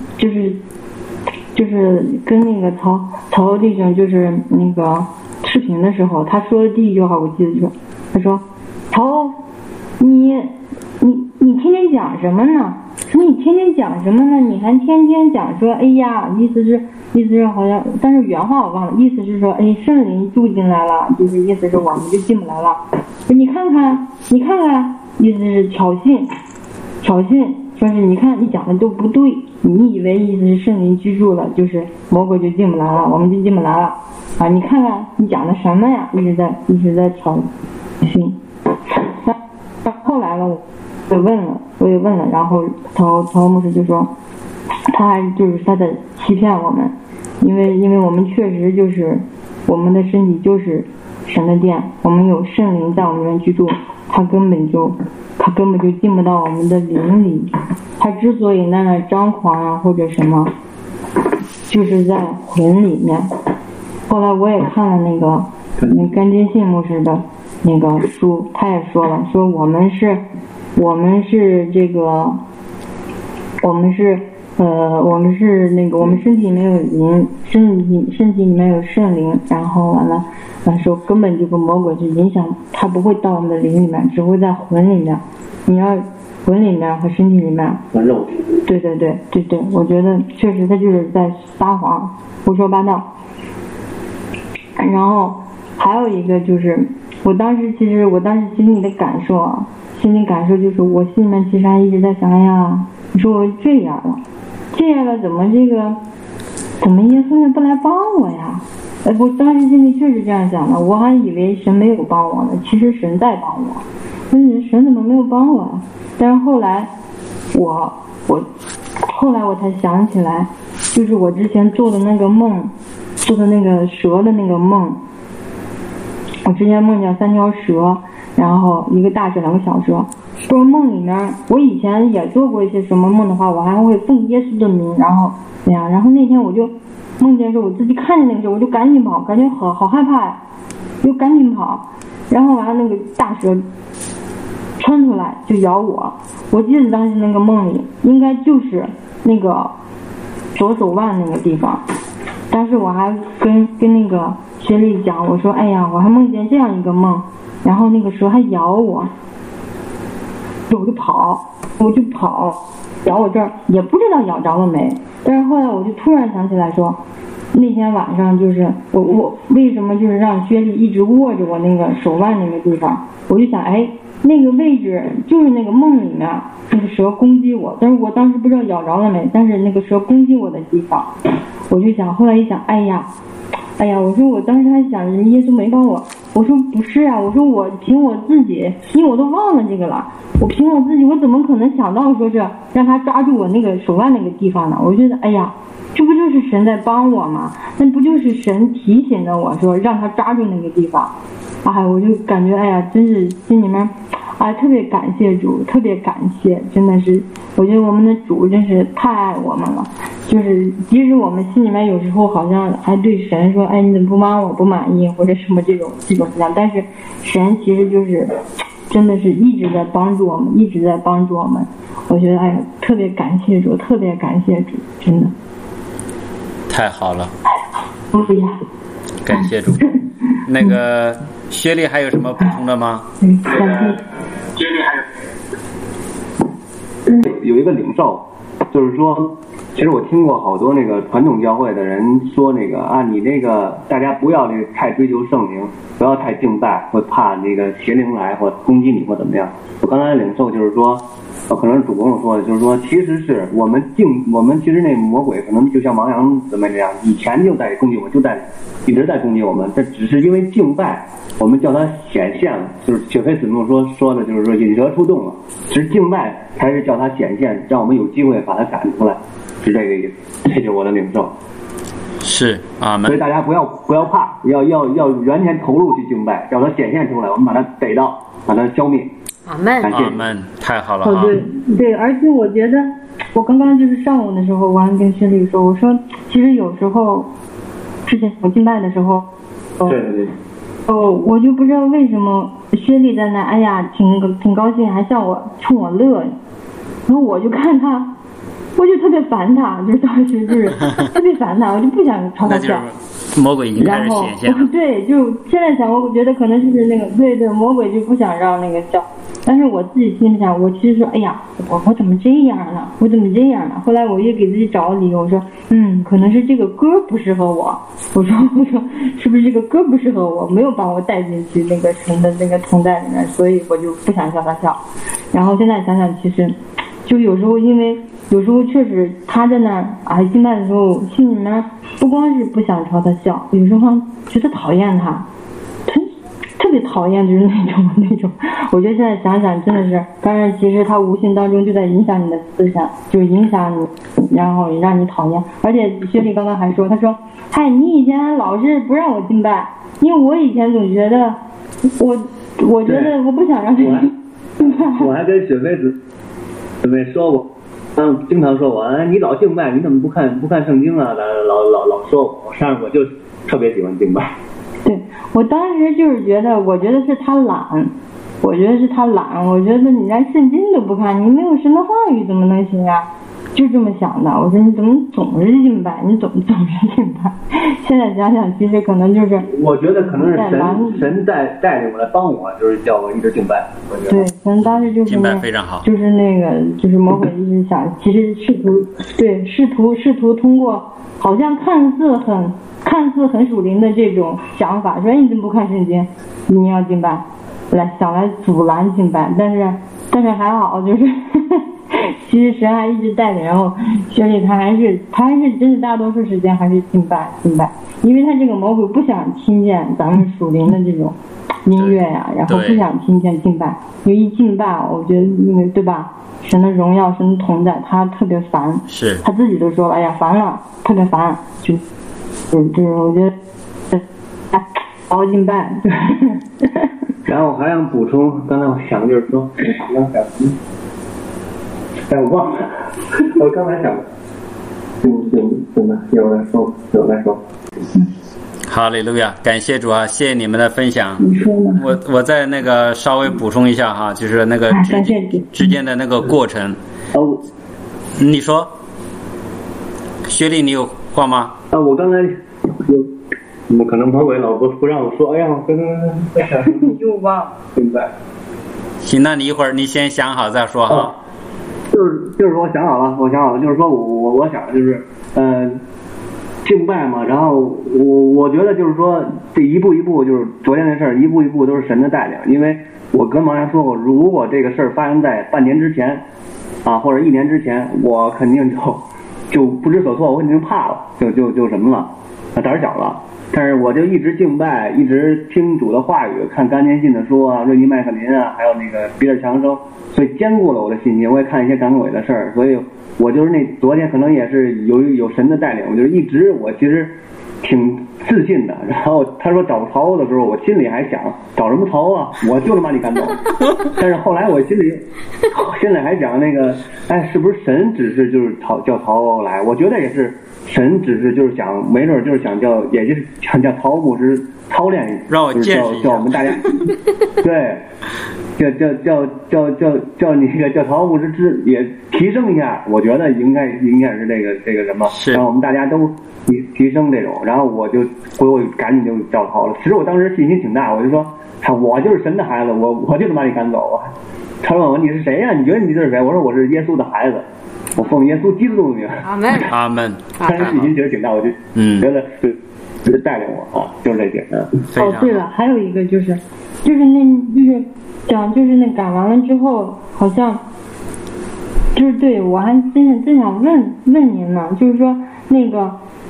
跟那个曹弟兄就是那个视频的时候，他说的第一句话我记得就是，他说曹，你天天讲什么呢？说你天天讲什么呢？你还天天讲说，哎呀，意思是好像，但是原话我忘了，意思是说，哎，圣灵住进来了，就是意思是我们就进不来了。你看看，意思是挑衅，说是你看你讲的都不对，你以为意思是圣灵居住了，就是魔鬼就进不来了，我们就进不来了啊！你看看你讲的什么呀？一直在挑衅。后来了，我也问了，然后曹牧师就说，他就是他在欺骗我们，因为我们确实就是我们的身体就是神的殿，我们有圣灵在我们里面居住，他根本就进不到我们的灵里，他之所以在那张狂啊或者什么，就是在魂里面。后来我也看了那个甘金信牧师的那个书，他也说了，说我们是那个我们身体里面有灵，身体里面有圣灵，然后完了说根本就跟魔鬼去影响，他不会到我们的灵里面，只会在魂里面。你要魂里面和身体里面。对，我觉得确实他就是在撒谎，胡说八道。然后还有一个就是我当时心里的感受啊，就是我心里面其实还一直在想，哎呀，你说我这样了怎么耶稣也不来帮我呀？我当时心里确实这样想的，我还以为神没有帮我呢，其实神在帮我，神怎么没有帮我啊？但是后来我才想起来，就是我之前做的那个梦，做的那个蛇的那个梦，我之前梦见3条蛇，然后一个大蛇2个小蛇。说梦里面，我以前也做过一些什么梦的话，我还会奉耶稣的名，然后那样，然后那天我就梦见说我自己看见那个时候，我就赶紧跑，感觉好害怕呀，就赶紧跑，然后完了那个大蛇窜出来就咬我。我记得当时那个梦里应该就是那个左手腕那个地方，但是我还跟那个学丽讲，我说哎呀，我还梦见这样一个梦，然后那个蛇还咬我。 我就跑，咬我这儿也不知道咬着了没。但是后来我就突然想起来说，那天晚上就是我为什么就是让薛丽一直握着我那个手腕那个地方，我就想那个位置就是那个梦里面那个蛇攻击我，但是我当时不知道咬着了没，但是那个蛇攻击我的地方，我就想，后来一想，哎呀，我说我当时还想耶稣没帮我，我说不是啊，我说我凭我自己，因为我都忘了这个了，我凭我自己，我怎么可能想到说是让他抓住我那个手腕那个地方呢？我觉得这不就是神在帮我吗？那不就是神提醒着我说让他抓住那个地方？我就感觉真是心里面特别感谢主，特别感谢，真的是，我觉得我们的主真是太爱我们了。就是即使我们心里面有时候好像还对神说，你怎么不帮我不满意，或者什么这种思想，但是神其实就是真的是一直在帮助我们，一直在帮助我们。我觉得特别感谢主，特别感谢主，真的太好了。感谢主。那个薛丽还有什么补充的吗？ 薛丽还有一个领受，就是说，其实我听过好多那个传统教会的人说那个你那个大家不要那个太追求圣灵，不要太敬拜，会怕那个邪灵来或攻击你或怎么样。我刚才领受就是说，可能是主跟我说的，就是说，其实是我们其实那魔鬼可能就像王阳怎么这样，以前就在攻击我们，一直在攻击我们，这只是因为敬拜，我们叫它显现了，就是雪菲子木说的，就是说引蛇出洞了，其实敬拜才是叫它显现，让我们有机会把它赶出来，是这个意思，这就是我的领受。 是阿门。 所以大家不要怕，要完全投入去敬拜，叫它显现出来，我们把它逮到，把它消灭。 阿门， 阿门，太好了对，而且我觉得，我刚刚就是上午的时候，我还跟薛丽说，我说其实有时候，之前我敬拜的时候， 对， 我就不知道为什么薛丽在那，挺高兴，还冲我乐，然后我就看他，我就特别烦他，就是当时就是特别烦他，我就不想朝他笑。 魔鬼已经开始显现了。 对，就现在想，我觉得可能就是那个对，魔鬼就不想让那个笑。但是我自己心里想，我其实说，我怎么这样呢？后来我也给自己找了理由，我说，可能是这个歌不适合我。我说，是不是这个歌不适合我，没有把我带进去那个神的那个同在里面，所以我就不想笑他笑。然后现在想想，其实就有时候因为有时候确实他在那敬拜的时候，心里面不光是不想朝他笑，有时候觉得讨厌他。特别讨厌，就是那种，我觉得现在想想真的是，当然其实他无形当中就在影响你的思想，就影响你，然后让你讨厌。而且薛丽刚刚还说，他说，你以前老是不让我敬拜，因为我以前总觉得，我觉得我不想让你敬拜。 我还跟雪菲子说过，经常说我，你老敬拜，你怎么不看圣经啊？老说我，但是我就特别喜欢敬拜。 对，我当时就是我觉得是他懒，我觉得你连圣经都不看，你没有神的话语怎么能行啊？就这么想的。我说你怎么总是敬拜，你总是敬拜。现在想想，其实可能就是我觉得可能是神带领我来帮我，就是叫我一直敬拜。 对，可能当时就是敬拜非常好， 就是那个就是魔鬼一直想，其实试图通过好像看似很属灵的这种想法，说你怎么不看圣经，你要敬拜，想来阻拦敬拜，但是还好，就是其实神还一直带领，然后薛丽他还是真是大多数时间还是敬拜，因为他这个魔鬼不想听见咱们属灵的这种音乐呀，然后不想听见敬拜，因为一敬拜，我觉得因为对吧，神的荣耀，神的同在，他特别烦， 是他自己都说了，烦了，特别烦，就是我觉得好好敬拜。 然后我还想补充，刚才我想就是说，我忘了，我刚才想，行吧，有人说。 哈利路亚，感谢主啊！谢谢你们的分享。 你说呢？ 我再那个稍微补充一下哈，就是那个之间的那个过程。你说，薛丽，你有话吗？ 我刚才可能魔鬼老不让我说，我刚刚你就忘了，明白？ 行，那你一会儿你先想好再说哈。 就是我想好了，就是说我想就是敬拜嘛，然后我觉得就是说这一步一步就是昨天的事儿，一步一步都是神的带领，因为我跟王阳说过，如果这个事儿发生在半年之前啊，或者1年之前，我肯定就不知所措，我肯定怕了，就什么了，胆小了。但是我就一直敬拜，一直听主的话语，看甘念信的书啊，瑞尼麦克林啊，还有那个比尔强生，所以坚固了我的信心。我也看一些赶鬼的事儿，所以我就是昨天可能也是有神的带领，我就是一直我其实挺自信的。然后他说找曹的时候，我心里还想找什么曹啊，我就能把你赶走。但是后来我心里还想那个，哎，是不是神只是就是叫曹来？我觉得也是。神只是就是想，没准就是想叫，也就是想叫曹牧师操练， 让我见识一下， 叫我们大家，对，叫你这个叫曹牧师也提升一下，我觉得应该是这个什么，让我们大家都提升这种，然后我赶紧就叫曹了。其实我当时信心挺大，我就说，我就是神的孩子，我就能把你赶走啊。他问我你是谁呀？你觉得你是谁？我说我是耶稣的孩子。我奉耶稣基督的名， 阿门， 阿门。 但是信心觉得挺大，我就觉得就带领我啊，就是这些。 哦，对了，还有一个就是讲就是那赶完了之后，好像就是对我还真想问您呢，就是说那个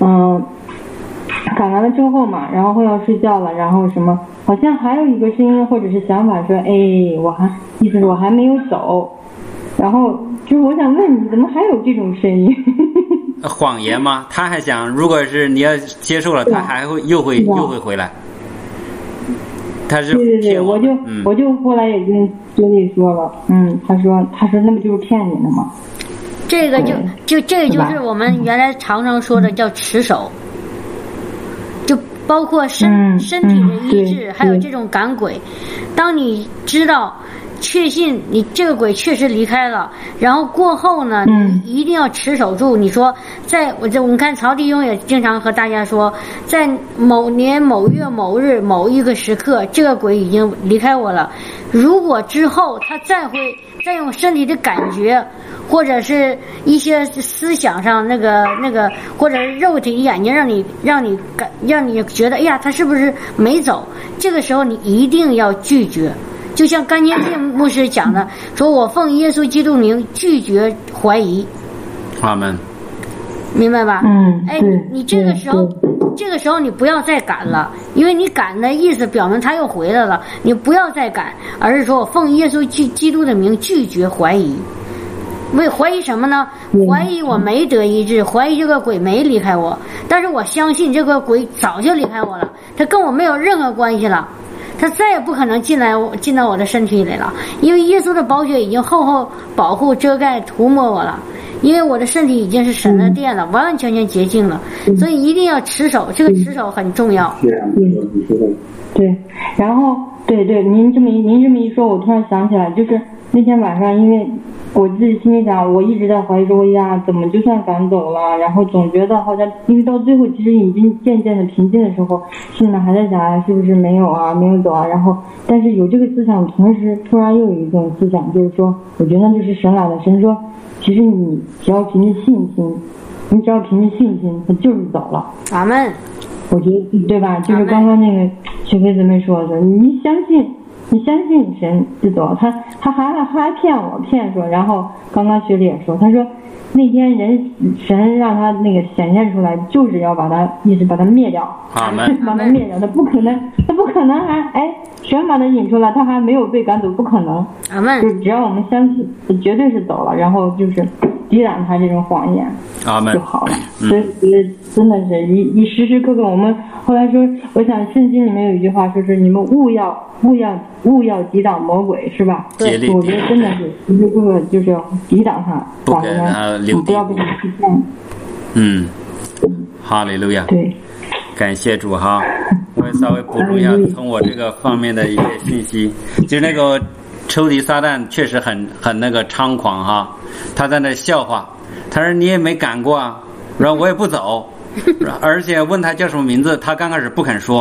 赶完了之后嘛，然后要睡觉了，然后什么，好像还有一个声音或者是想法说，意思是我还没有走。然后就是我想问你，怎么还有这种声音？ 谎言吗？他还想，如果是你要接受了，他还会又会回来。他是对，我就后来也跟周丽说了，他说那不就是骗你的吗？ 这个这个就是我们原来常常说的叫持守，就包括身体的医治，还有这种赶鬼。当你知道。确信你这个鬼确实离开了，然后过后呢，你一定要持守住。你说，我们看曹弟兄也经常和大家说，在某年某月某日某一个时刻，这个鬼已经离开我了。如果之后他再用身体的感觉，或者是一些思想上那个，或者是肉体眼睛让你觉得，哎呀，他是不是没走？这个时候你一定要拒绝。就像甘念信牧师讲的，说我奉耶稣基督名拒绝怀疑。 阿门。 明白吧？你这个时候你不要再赶了，因为你赶的意思表明他又回来了，你不要再赶，而是说我奉耶稣基督的名拒绝怀疑。怀疑什么呢？怀疑我没得医治，怀疑这个鬼没离开我，但是我相信这个鬼早就离开我了，他跟我没有任何关系了。他再也不可能进到我的身体里了，因为耶稣的宝血已经厚厚保护、遮盖、涂抹我了。因为我的身体已经是神的殿了，完完全全洁净了，所以一定要持守，这个持守很重要。 对，然后对，您这么一说，我突然想起来，就是那天晚上，因为我自己心里想，我一直在怀疑说呀，怎么就算赶走了？然后总觉得好像，因为到最后其实已经渐渐的平静的时候，心里面还在想，是不是没有走啊？然后，但是有这个思想，同时突然又有一种思想，就是说，我觉得那就是神来的。神说，其实你只要凭着信心，他就是走了。 阿门。 我觉得对吧？就是刚刚那个学飞姊妹说的，你相信神就走，他还骗说，然后刚刚学里也说，他说那天神让他那个显现出来，就是要一直把他灭掉，把他灭掉，他不可能还神把他引出来，他还没有被赶走，不可能。就只要我们相信，绝对是走了，然后就是抵挡他这种谎言就好了。所以真的是一时时刻刻，我们后来说，我想圣经里面有一句话说是你们勿要抵挡魔鬼，是吧？ 对， 我觉得真的是时时刻刻就是要抵挡他， 不给他留地， 不要被他欺骗。 哈利路亚。 对， 感谢主哈。我也稍微补充一下从我这个方面的一些信息，就是那个仇敌撒旦确实很那个猖狂哈，他在那笑话，他说你也没赶过啊，然后我也不走，而且问他叫什么名字，他刚开始不肯说，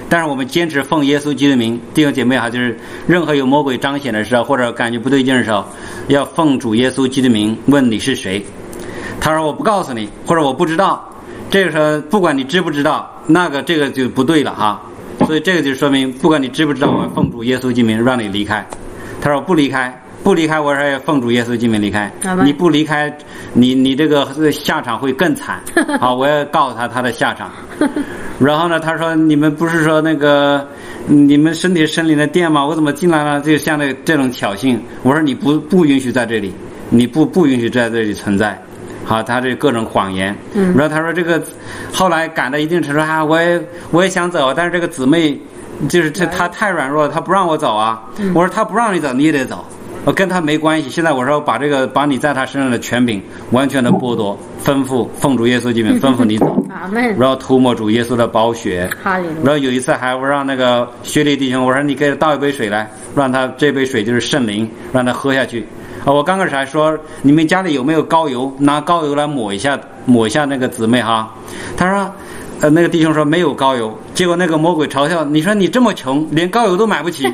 但是我们坚持奉耶稣基督的名，弟兄姐妹哈，就是任何有魔鬼彰显的时候，或者感觉不对劲的时候，要奉主耶稣基督的名问你是谁。他说我不告诉你，或者我不知道，这个时候不管你知不知道，这个就不对了哈。所以这个就说明不管你知不知道，我奉主耶稣基督名让你离开。他说不离开，我说要奉主耶稣基督名离开。你不离开，你这个下场会更惨。好，我要告诉他的下场。然后呢，他说你们不是说那个你们身体圣灵的殿吗？我怎么进来了？就像这种挑衅。我说你不允许在这里，你不允许在这里存在。好，他这各种谎言。然后他说这个后来赶到一定程度啊，我也想走，但是这个姊妹就是他太软弱了，他不让我走啊。我说他不让你走，你也得走。我跟他没关系。现在我说把你在他身上的权柄完全的剥夺，吩咐奉主耶稣基督吩咐你走。然后涂抹主耶稣的宝血。然后有一次还我让那个薛利弟兄，我说你给他倒一杯水来，让他这杯水就是圣灵，让他喝下去。我刚开始还说你们家里有没有膏油，拿膏油来抹一下那个姊妹哈。他说那个弟兄说没有膏油，结果那个魔鬼嘲笑，你说你这么穷，连膏油都买不起。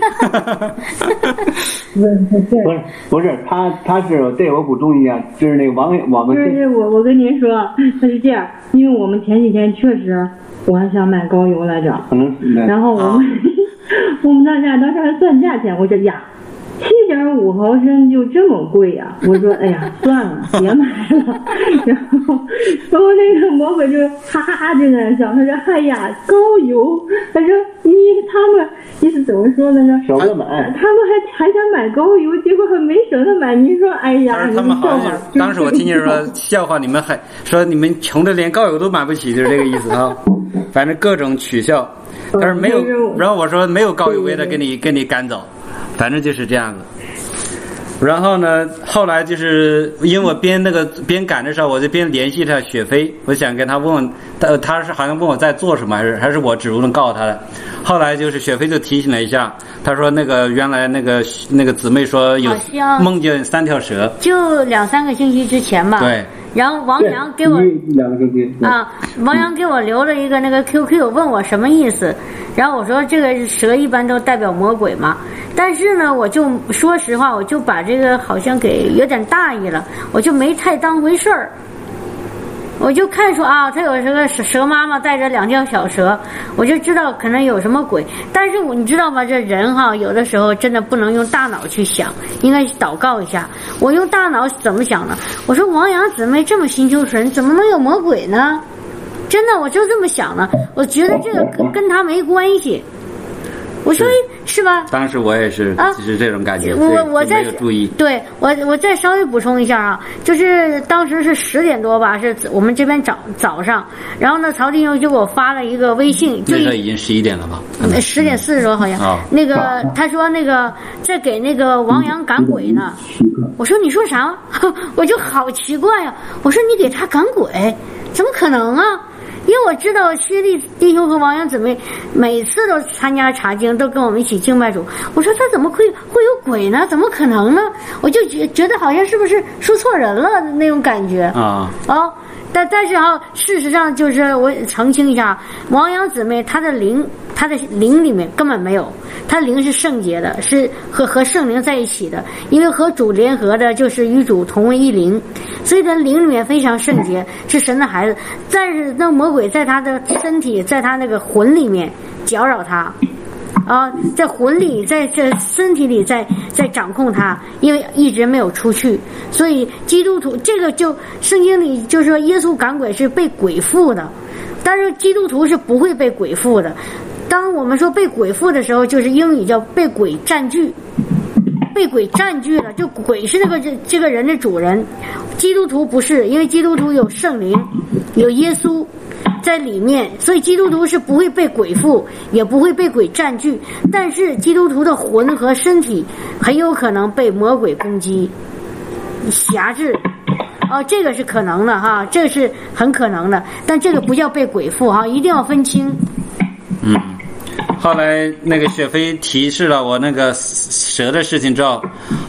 不是，他是对我补充一下，就是那个我们就是我跟您说，他是这样，因为我们前几天确实我还想买膏油来着，然后我们大家当时还算价钱，我说呀。7.5毫升就这么贵呀、我说哎呀算了别买了。然后那个魔鬼就哈哈哈就在那笑，他说哎呀膏油，他说他们意思怎么说呢， 舍不得买， 他们还想买膏油，结果还没舍得买。你说哎呀， 他们好像当时我听见说笑话你们，还说你们穷的连膏油都买不起，就是这个意思啊。反正各种取笑，但是没有，然后我说没有膏油，我也得给你赶走。反正就是这样子。然后呢，后来就是因为我边赶的时候，我就边联系他雪飞，我想跟他问，他是好像问我在做什么，还是我主动告诉他的。后来就是雪飞就提醒了一下，他说那个原来那个姊妹说有梦见3条蛇， 就2-3个星期之前吧。 对。 然后王阳给我 2个星期王阳给我留了一个那个 QQ， 问我什么意思。然后我说这个蛇一般都代表魔鬼嘛，但是呢，我就说实话，我就把这个好像给有点大意了，我就没太当回事儿。我就看出啊，他有这个蛇妈妈带着2条小蛇，我就知道可能有什么鬼。但是你知道吗？这人哈，有的时候真的不能用大脑去想，应该祷告一下。我用大脑怎么想呢？我说王阳姊妹这么心求神，怎么能有魔鬼呢？真的，我就这么想的。我觉得这个跟他没关系。我说是吧？ 当时我也是，就是这种感觉。 我再没有注意。 对，我再稍微补充一下啊，就是当时是10点多吧，是我们这边早上，然后呢，曹弟兄就给我发了一个微信， 那时候已经11点了吧 ？10点40多好像。那个他说那个在给那个王阳赶鬼呢。我说你说啥？我就好奇怪呀！我说你给他赶鬼，怎么可能啊？因为我知道薛利弟兄和王阳姊妹每次都参加查经，都跟我们一起敬拜主。我说他怎么会有鬼呢？怎么可能呢？我就觉得好像是不是说错人了那种感觉啊。但是事实上就是我澄清一下，王阳姊妹她的灵里面根本没有，她灵是圣洁的，是和圣灵在一起的，因为和主联合的就是与主同为一灵，所以她灵里面非常圣洁，是神的孩子。但是那魔鬼在她的身体，在她那个魂里面搅扰她。在魂里，在这身体里，在掌控他，因为一直没有出去，所以基督徒这个就圣经里就说耶稣赶鬼是被鬼附的，但是基督徒是不会被鬼附的。当我们说被鬼附的时候，就是英语叫被鬼占据，被鬼占据了，就鬼是这个人的主人，基督徒不是，因为基督徒有圣灵，有耶稣在里面，所以基督徒是不会被鬼附，也不会被鬼占据，但是基督徒的魂和身体很有可能被魔鬼攻击辖制。这个是可能的哈，这个是很可能的，但这个不叫被鬼附哈，一定要分清。 后来那个雪飞提示了我那个蛇的事情之后，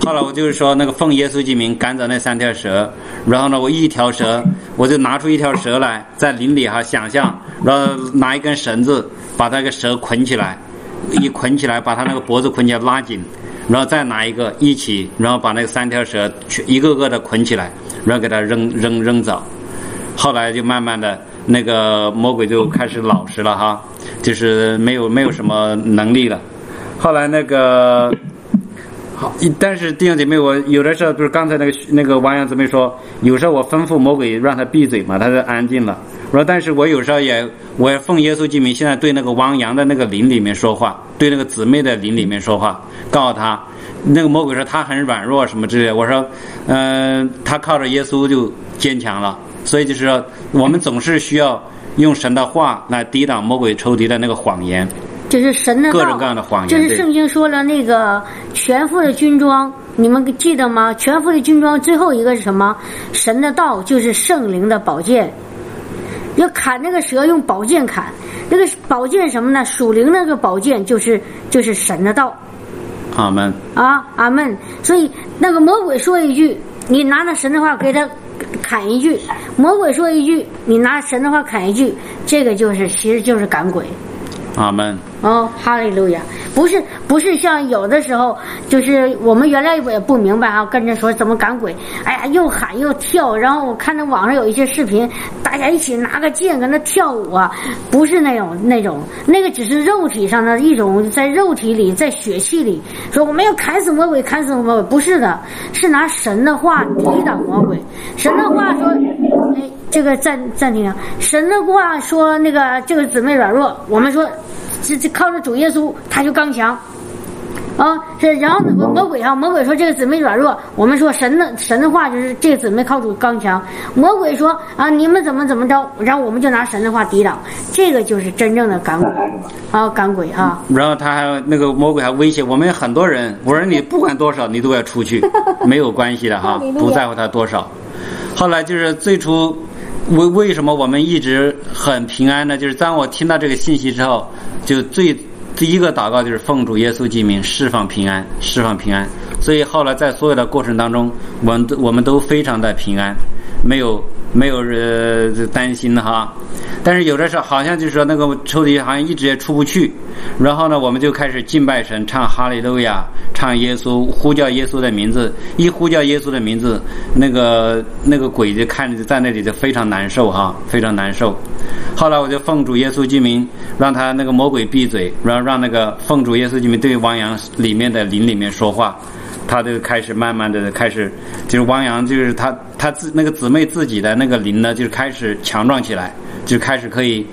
后来我就是说那个奉耶稣之名赶走那3条蛇，然后呢我一条蛇我就拿出一条蛇来，在林里想象，然后拿一根绳子把那个蛇捆起来，一捆起来把它那个脖子捆起来拉紧，然后再拿一个一起，然后把那个3条蛇一个个的捆起来，然后给它扔走。后来就慢慢的那个魔鬼就开始老实了哈，就是没有什么能力了。后来那个好，但是弟兄姐妹，我有的时候就是刚才那个王阳姊妹说，有时候我吩咐魔鬼让他闭嘴嘛，他就安静了。然后但是我有时候我也奉耶稣之名，现在对那个王阳的那个灵里面说话，对那个姊妹的灵里面说话，告诉他那个魔鬼说他很软弱什么之类的，我说他靠着耶稣就坚强了。所以就是说我们总是需要用神的话来抵挡魔鬼仇敌的那个谎言， 就是神的道， 各种各样的谎言。 就是圣经说了那个全副的军装，你们记得吗？全副的军装最后一个是什么？神的道就是圣灵的宝剑，要砍那个蛇用宝剑砍，那个宝剑什么呢？属灵那个宝剑就是神的道。 阿门啊，阿门。所以那个魔鬼说一句，你拿那神的话给他砍一句；魔鬼说一句，你拿神的话砍一句，这个其实就是赶鬼。 阿门。 哦，哈利路亚！不是像有的时候，就是我们原来也不明白啊，跟着说怎么赶鬼，哎呀，又喊又跳，然后我看到网上有一些视频，大家一起拿个剑跟他跳舞啊，不是那种，那个只是肉体上的一种，在肉体里，在血气里说我们要砍死魔鬼，砍死魔鬼，不是的，是拿神的话抵挡魔鬼。神的话说，哎，这个暂停啊，神的话说那个这个姊妹软弱，我们说。这靠着主耶稣，他就刚强，啊，然后魔鬼说这个姊妹软弱，我们说神的话就是这个姊妹靠主刚强。魔鬼说啊，你们怎么着，然后我们就拿神的话抵挡，这个就是真正的赶鬼啊，赶鬼啊。 然后他还那个魔鬼还威胁我们很多人，我说你不管多少，你都要出去，没有关系的哈，不在乎他多少。后来就是最初。为什么我们一直很平安呢？就是当我听到这个信息之后，就第一个祷告就是奉主耶稣之名释放平安，释放平安。所以后来在所有的过程当中，我们都非常的平安，没有担心哈。但是有的时候好像就是说那个仇敌好像一直也出不去，然后呢我们就开始敬拜神，唱哈利路亚，唱耶稣，呼叫耶稣的名字，一呼叫耶稣的名字，那个鬼就看着在那里就非常难受哈，非常难受。后来我就奉主耶稣之名，让他那个魔鬼闭嘴，然后让那个奉主耶稣之名对王阳里面的灵里面说话，他就开始慢慢的开始，就是王阳就是他那个姊妹自己的那个灵呢，就是开始强壮起来，就开始可以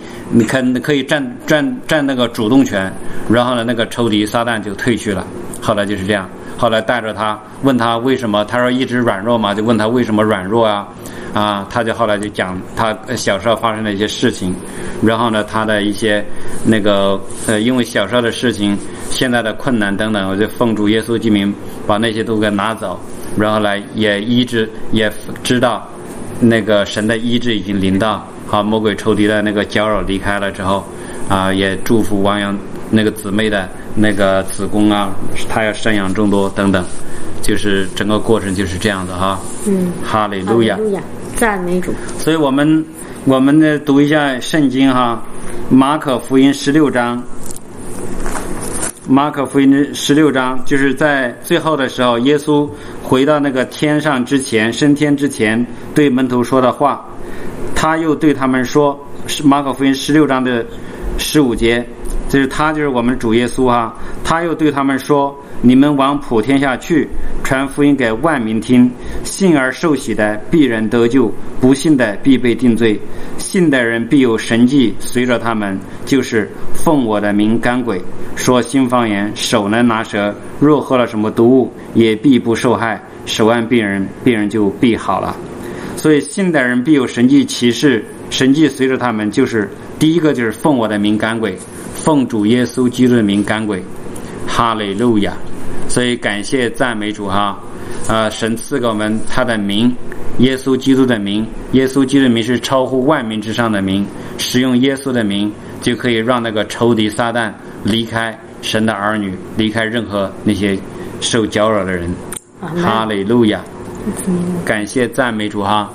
占那个主动权，然后呢那个仇敌撒旦就退去了。后来就是这样，后来带着他问他为什么，他说一直软弱嘛，就问他为什么软弱啊，他就后来就讲他小时候发生的一些事情，然后呢他的一些那个因为小时候的事情，现在的困难等等，我就奉主耶稣之名把那些都给拿走，然后来也医治，也知道那个神的医治已经临到，好，魔鬼仇敌的那个搅扰离开了之后啊，也祝福王阳那个姊妹的那个子宫啊，他要生养众多等等，就是整个过程就是这样的哈。哈利路亚， 赞美主。 所以我们呢读一下圣经哈，马可福音16章。马可福音16章就是在最后的时候，耶稣回到那个天上之前，升天之前对门徒说的话，他又对他们说，马可福音16章的15节，就是我们主耶稣哈，他又对他们说，你们往普天下去，传福音给万民听，信而受洗的必然得救，不信的必被定罪，信的人必有神迹随着他们，就是奉我的名赶鬼，说新方言，手能拿蛇，若喝了什么毒物也必不受害，手按病人就必好了。所以信的人必有神迹奇事，神迹随着他们，就是第一个就是奉我的名赶鬼，奉主耶稣基督的名赶鬼。哈利路亚。所以感谢赞美主哈，神赐给我们他的名，耶稣基督的名，耶稣基督的名是超乎万名之上的名，使用耶稣的名就可以让那个仇敌撒旦离开神的儿女，离开任何那些受搅扰的人。 哈利路亚，感谢赞美主哈。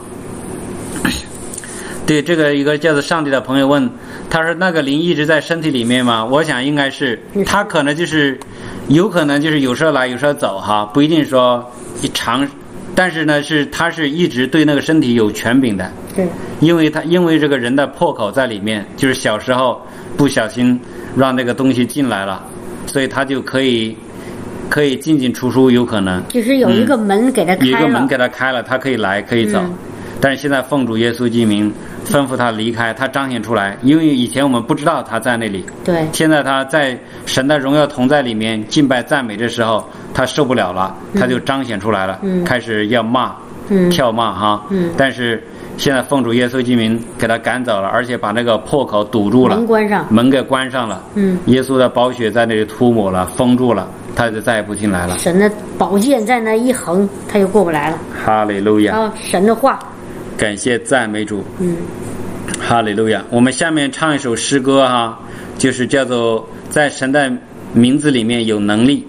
对，这个一个叫做上帝的朋友问，他说那个灵一直在身体里面吗？我想应该是，他可能就是有可能就是有时候来有时候走哈，不一定说长，但是呢他是一直对那个身体有权柄的。 对， 因为这个人的破口在里面，就是小时候不小心让那个东西进来了，所以他就可以进进出出，有可能就是有一个门给他开了， 有一个门给他开了，他可以来可以走。但是现在奉主耶稣基督名吩咐他离开，他彰显出来，因为以前我们不知道他在那里。 对， 现在他在神的荣耀同在里面敬拜赞美的时候，他受不了了，他就彰显出来了，开始要骂，跳骂哈。但是现在奉主耶稣基督名给他赶走了，而且把那个破口堵住了， 门关上， 门给关上了。耶稣的宝血在那里涂抹了，封住了，他就再也不进来了。 神的宝剑在那一横，他就过不来了。 哈利路亚！ 神的话， 感谢赞美主。哈利路亚！我们下面唱一首诗歌哈，就是叫做在神的名字里面有能力。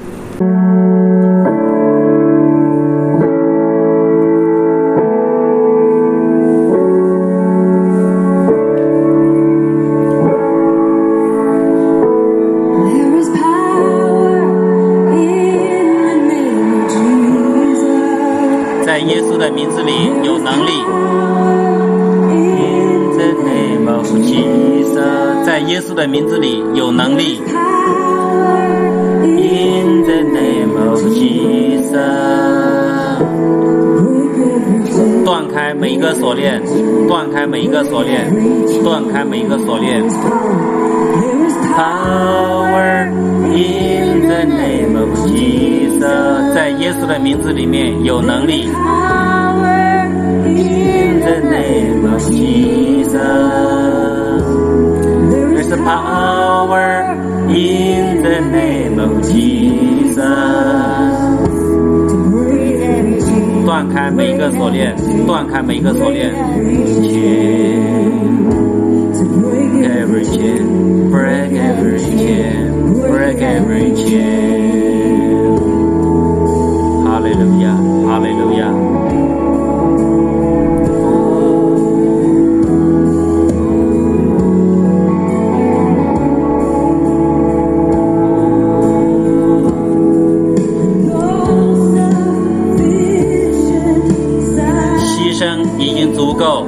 在耶稣的名字里有能力。在耶稣的名字里有能力。In the name of Jesus， 断开每一个锁链，断开每一个锁链，断开每一个锁链。Power in the name of Jesus， 在耶稣的名字里面有能力。In the name of Jesus。There's a power in the name of Jesus。 断开每一个锁链，断开每一个锁链。Every chain, break every chain, break every chain。 哈利路亚，哈利路亚。已经足够，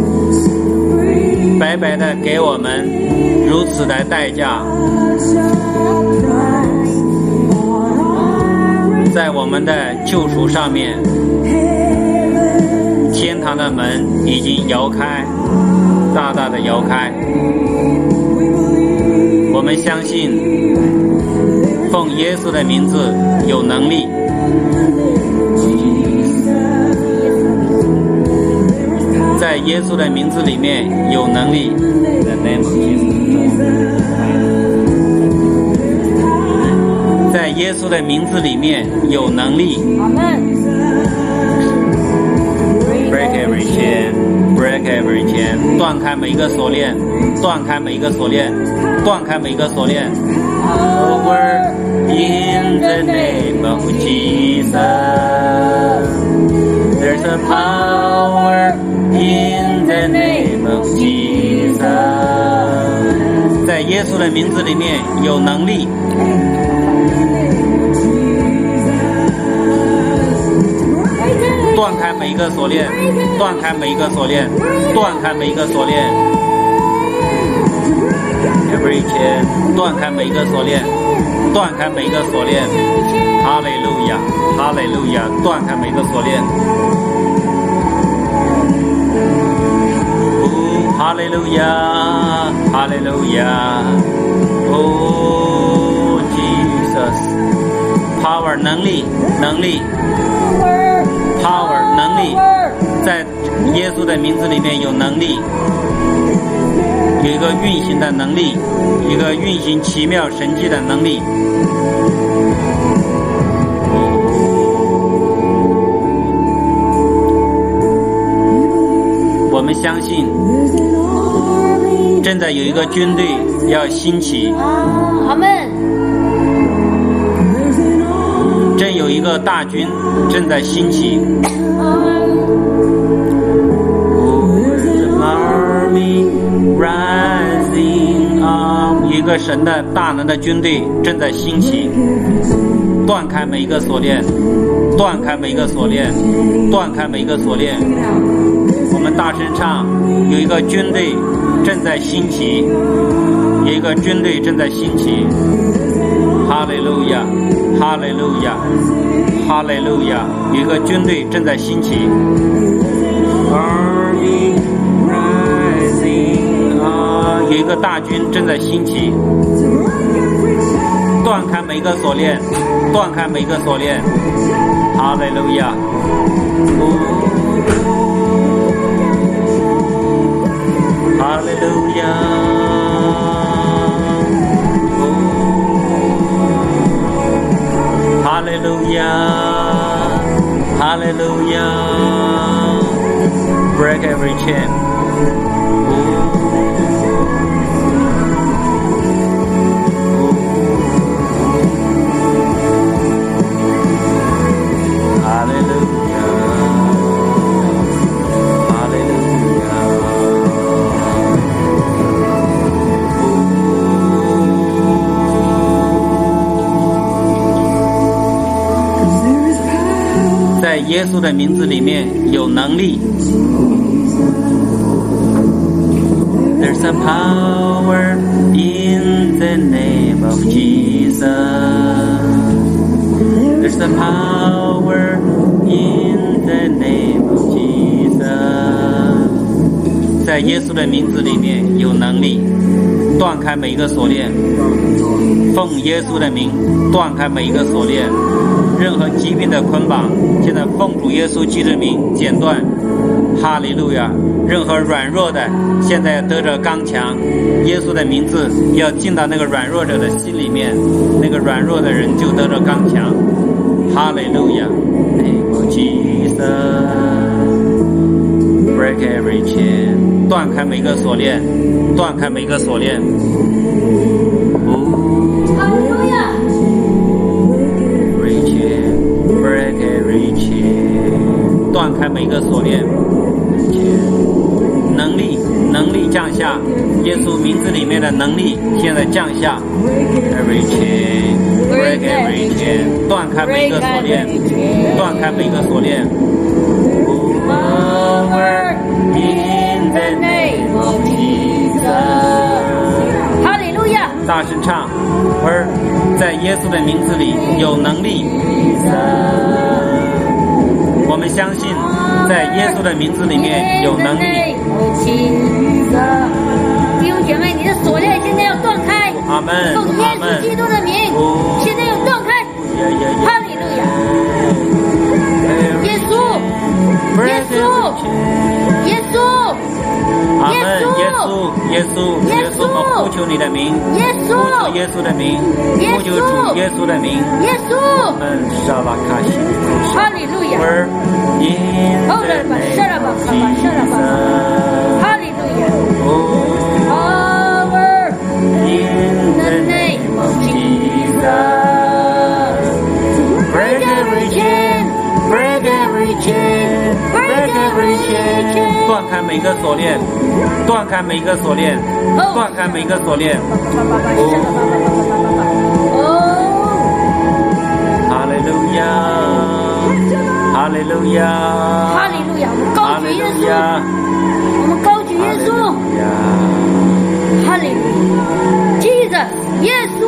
白白的给我们如此的代价，在我们的救赎上面，天堂的门已经摇开，大大的摇开。我们相信奉耶稣的名字有能力，在耶稣的名字里面有能力。在耶稣的名字里面有能力。Break every chain, break every chain， 断开每一个锁链，断开每一个锁链，断开每一个锁链。Power in the name of Jesus，There's a power。In the name of Jesus， 在耶稣的名字里面有能力。断开每一个锁链，断开每一个锁链，断开每一个锁链。Every chain， 断开每一个锁链，断开每一个锁链。哈利路亚，哈利路亚，断开每一个锁链。Hallelujah, Hallelujah, Oh Jesus， Power 能力，能力 ，Power 能力，在耶稣的名字里面有能力，有一个运行的能力，一个运行奇妙神迹的能力。我们相信正在有一个军队要兴起。 阿们。 正有一个大军正在兴起。Rising up， 一个神的大能的军队正在兴起，断开每一个锁链，断开每一个锁链，断开每一个锁链。我们大声唱，有一个军队正在兴起，有一个军队正在兴起。哈利路亚，哈利路亚，哈利路亚！有一个军队正在兴起。有一个大军正在兴起，断开每一个锁链，断开每一个锁链。哈利路亚！哈利路亚！哈利路亚！哈利路亚 ！Break every chain。在耶稣的名字里面有能力。There's a power in the name of Jesus. There's a power in the name of Jesus. 在耶稣的名字里面有能力，断开每一个锁链。奉耶稣的名，断开每一个锁链。任何疾病的捆绑，现在奉主耶稣基督的名剪断。哈利路亚！任何软弱的，现在得着刚强。耶稣的名字要进到那个软弱者的心里面，那个软弱的人就得着刚强。哈利路亚 ！Name of Jesus, break every chain， 断开每个锁链，断开每个锁链。 哈利路亚！ Break every chain， 断开每个锁链。能力降下，耶稣名字里面的能力现在降下。Every chain, break every chain， 断开每个锁链，断开每个锁链。Power in the name of Jesus。 哈利路亚！ 大声唱，而在耶稣的名字里有能力。我们相信，在耶稣的名字里面有能力。 弟兄姐妹，你的锁链现在要断开。 阿门。 奉耶稣基督的名，现在要断开。哈利路亚！耶稣，耶稣，耶稣。 阿门，耶稣，耶稣，耶稣，我呼求你的名， 耶稣， 呼求耶稣的名，呼求主耶稣的名， 耶稣， 沙拉卡西， 哈利路亚， 哦， 沙拉巴，哈利路亚 ，Power in the name of Jesus，break every chain，break every chain，break every chain。 断开每个锁链，断开每个锁链，断开每个锁链。哈利路亚，哈利路亚， 哈利路亚！我们高举耶稣，我们高举耶稣。哈利路亚 ，Jesus， 耶稣。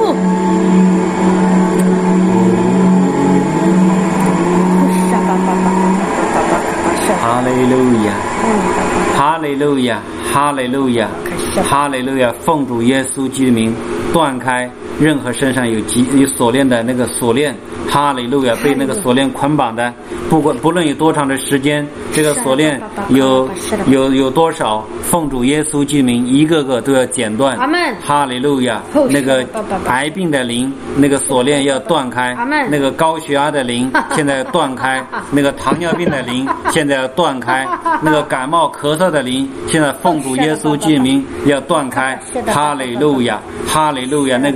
哈利路亚，哈利路亚，哈利路亚，哈利路亚！奉主耶稣基督名，断开任何身上有锁链的那个锁链。哈利路亚！被那个锁链捆绑的，不论有多长的时间，这个锁链有多少，奉主耶稣基督名，一个个都要剪断。 阿门。 哈利路亚！那个癌病的灵，那个锁链要断开。 阿门。 那个高血压的灵现在要断开，那个糖尿病的灵现在要断开，那个感冒咳嗽的灵现在奉主耶稣基督名要断开。哈利路亚，哈利路亚！那个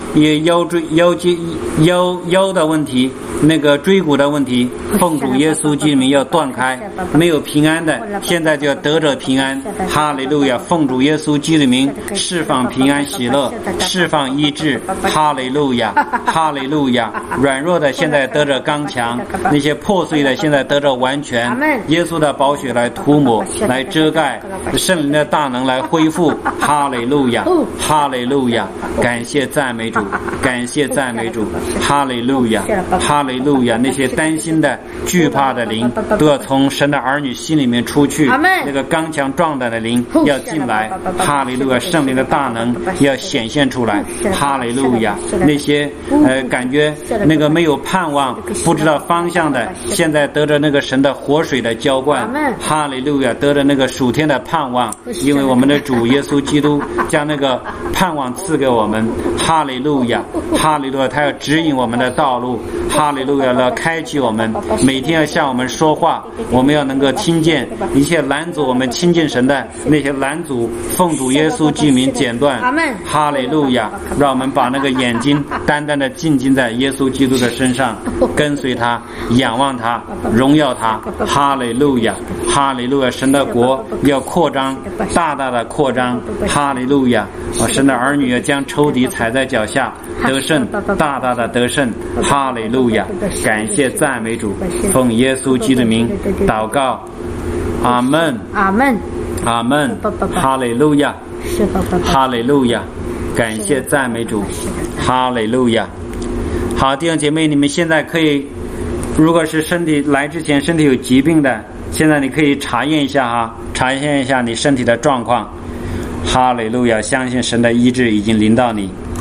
也腰的问题，那个椎骨的问题，奉主耶稣基督名要断开，没有平安的，现在就要得着平安，哈利路亚！奉主耶稣基督名释放平安喜乐，释放医治，哈利路亚，哈利路亚！软弱的现在得着刚强，那些破碎的现在得着完全，耶稣的宝血来涂抹，来遮盖，圣灵的大能来恢复，哈利路亚，哈利路亚！感谢赞美主，感谢赞美主，哈利路亚，哈利路亚！那些担心的、惧怕的灵都要从神的儿女心里面出去，那个刚强壮胆的灵要进来，哈利路亚！圣灵的大能要显现出来，哈利路亚！那些感觉那个没有盼望、不知道方向的，现在得着那个神的活水的浇灌，哈利路亚！得着那个属天的盼望，因为我们的主耶稣基督将那个盼望赐给我们，哈利路亚，哈利路亚！他要指引我们的道路，哈利路亚！要开启我们，每天要向我们说话，我们要能够听见一切拦阻我们亲近神的那些拦阻，奉主耶稣基督名剪断，哈利路亚！让我们把那个眼睛单单的静睛在耶稣基督的身上，跟随他，仰望他，荣耀他，哈利路亚，哈利路亚！神的国要扩张，大大的扩张，哈利路亚！神的儿女要将仇敌踩在脚下，得胜，大大的得胜，哈利路亚！感谢赞美主，奉耶稣基督的名祷告，阿门， 阿门， 阿门，哈利路亚，哈利路亚！感谢赞美主，哈利路亚！好，弟兄姐妹，你们现在可以，如果是身体来之前身体有疾病的，现在你可以查验一下哈，查验一下你身体的状况。哈利路亚！相信神的医治已经临到你。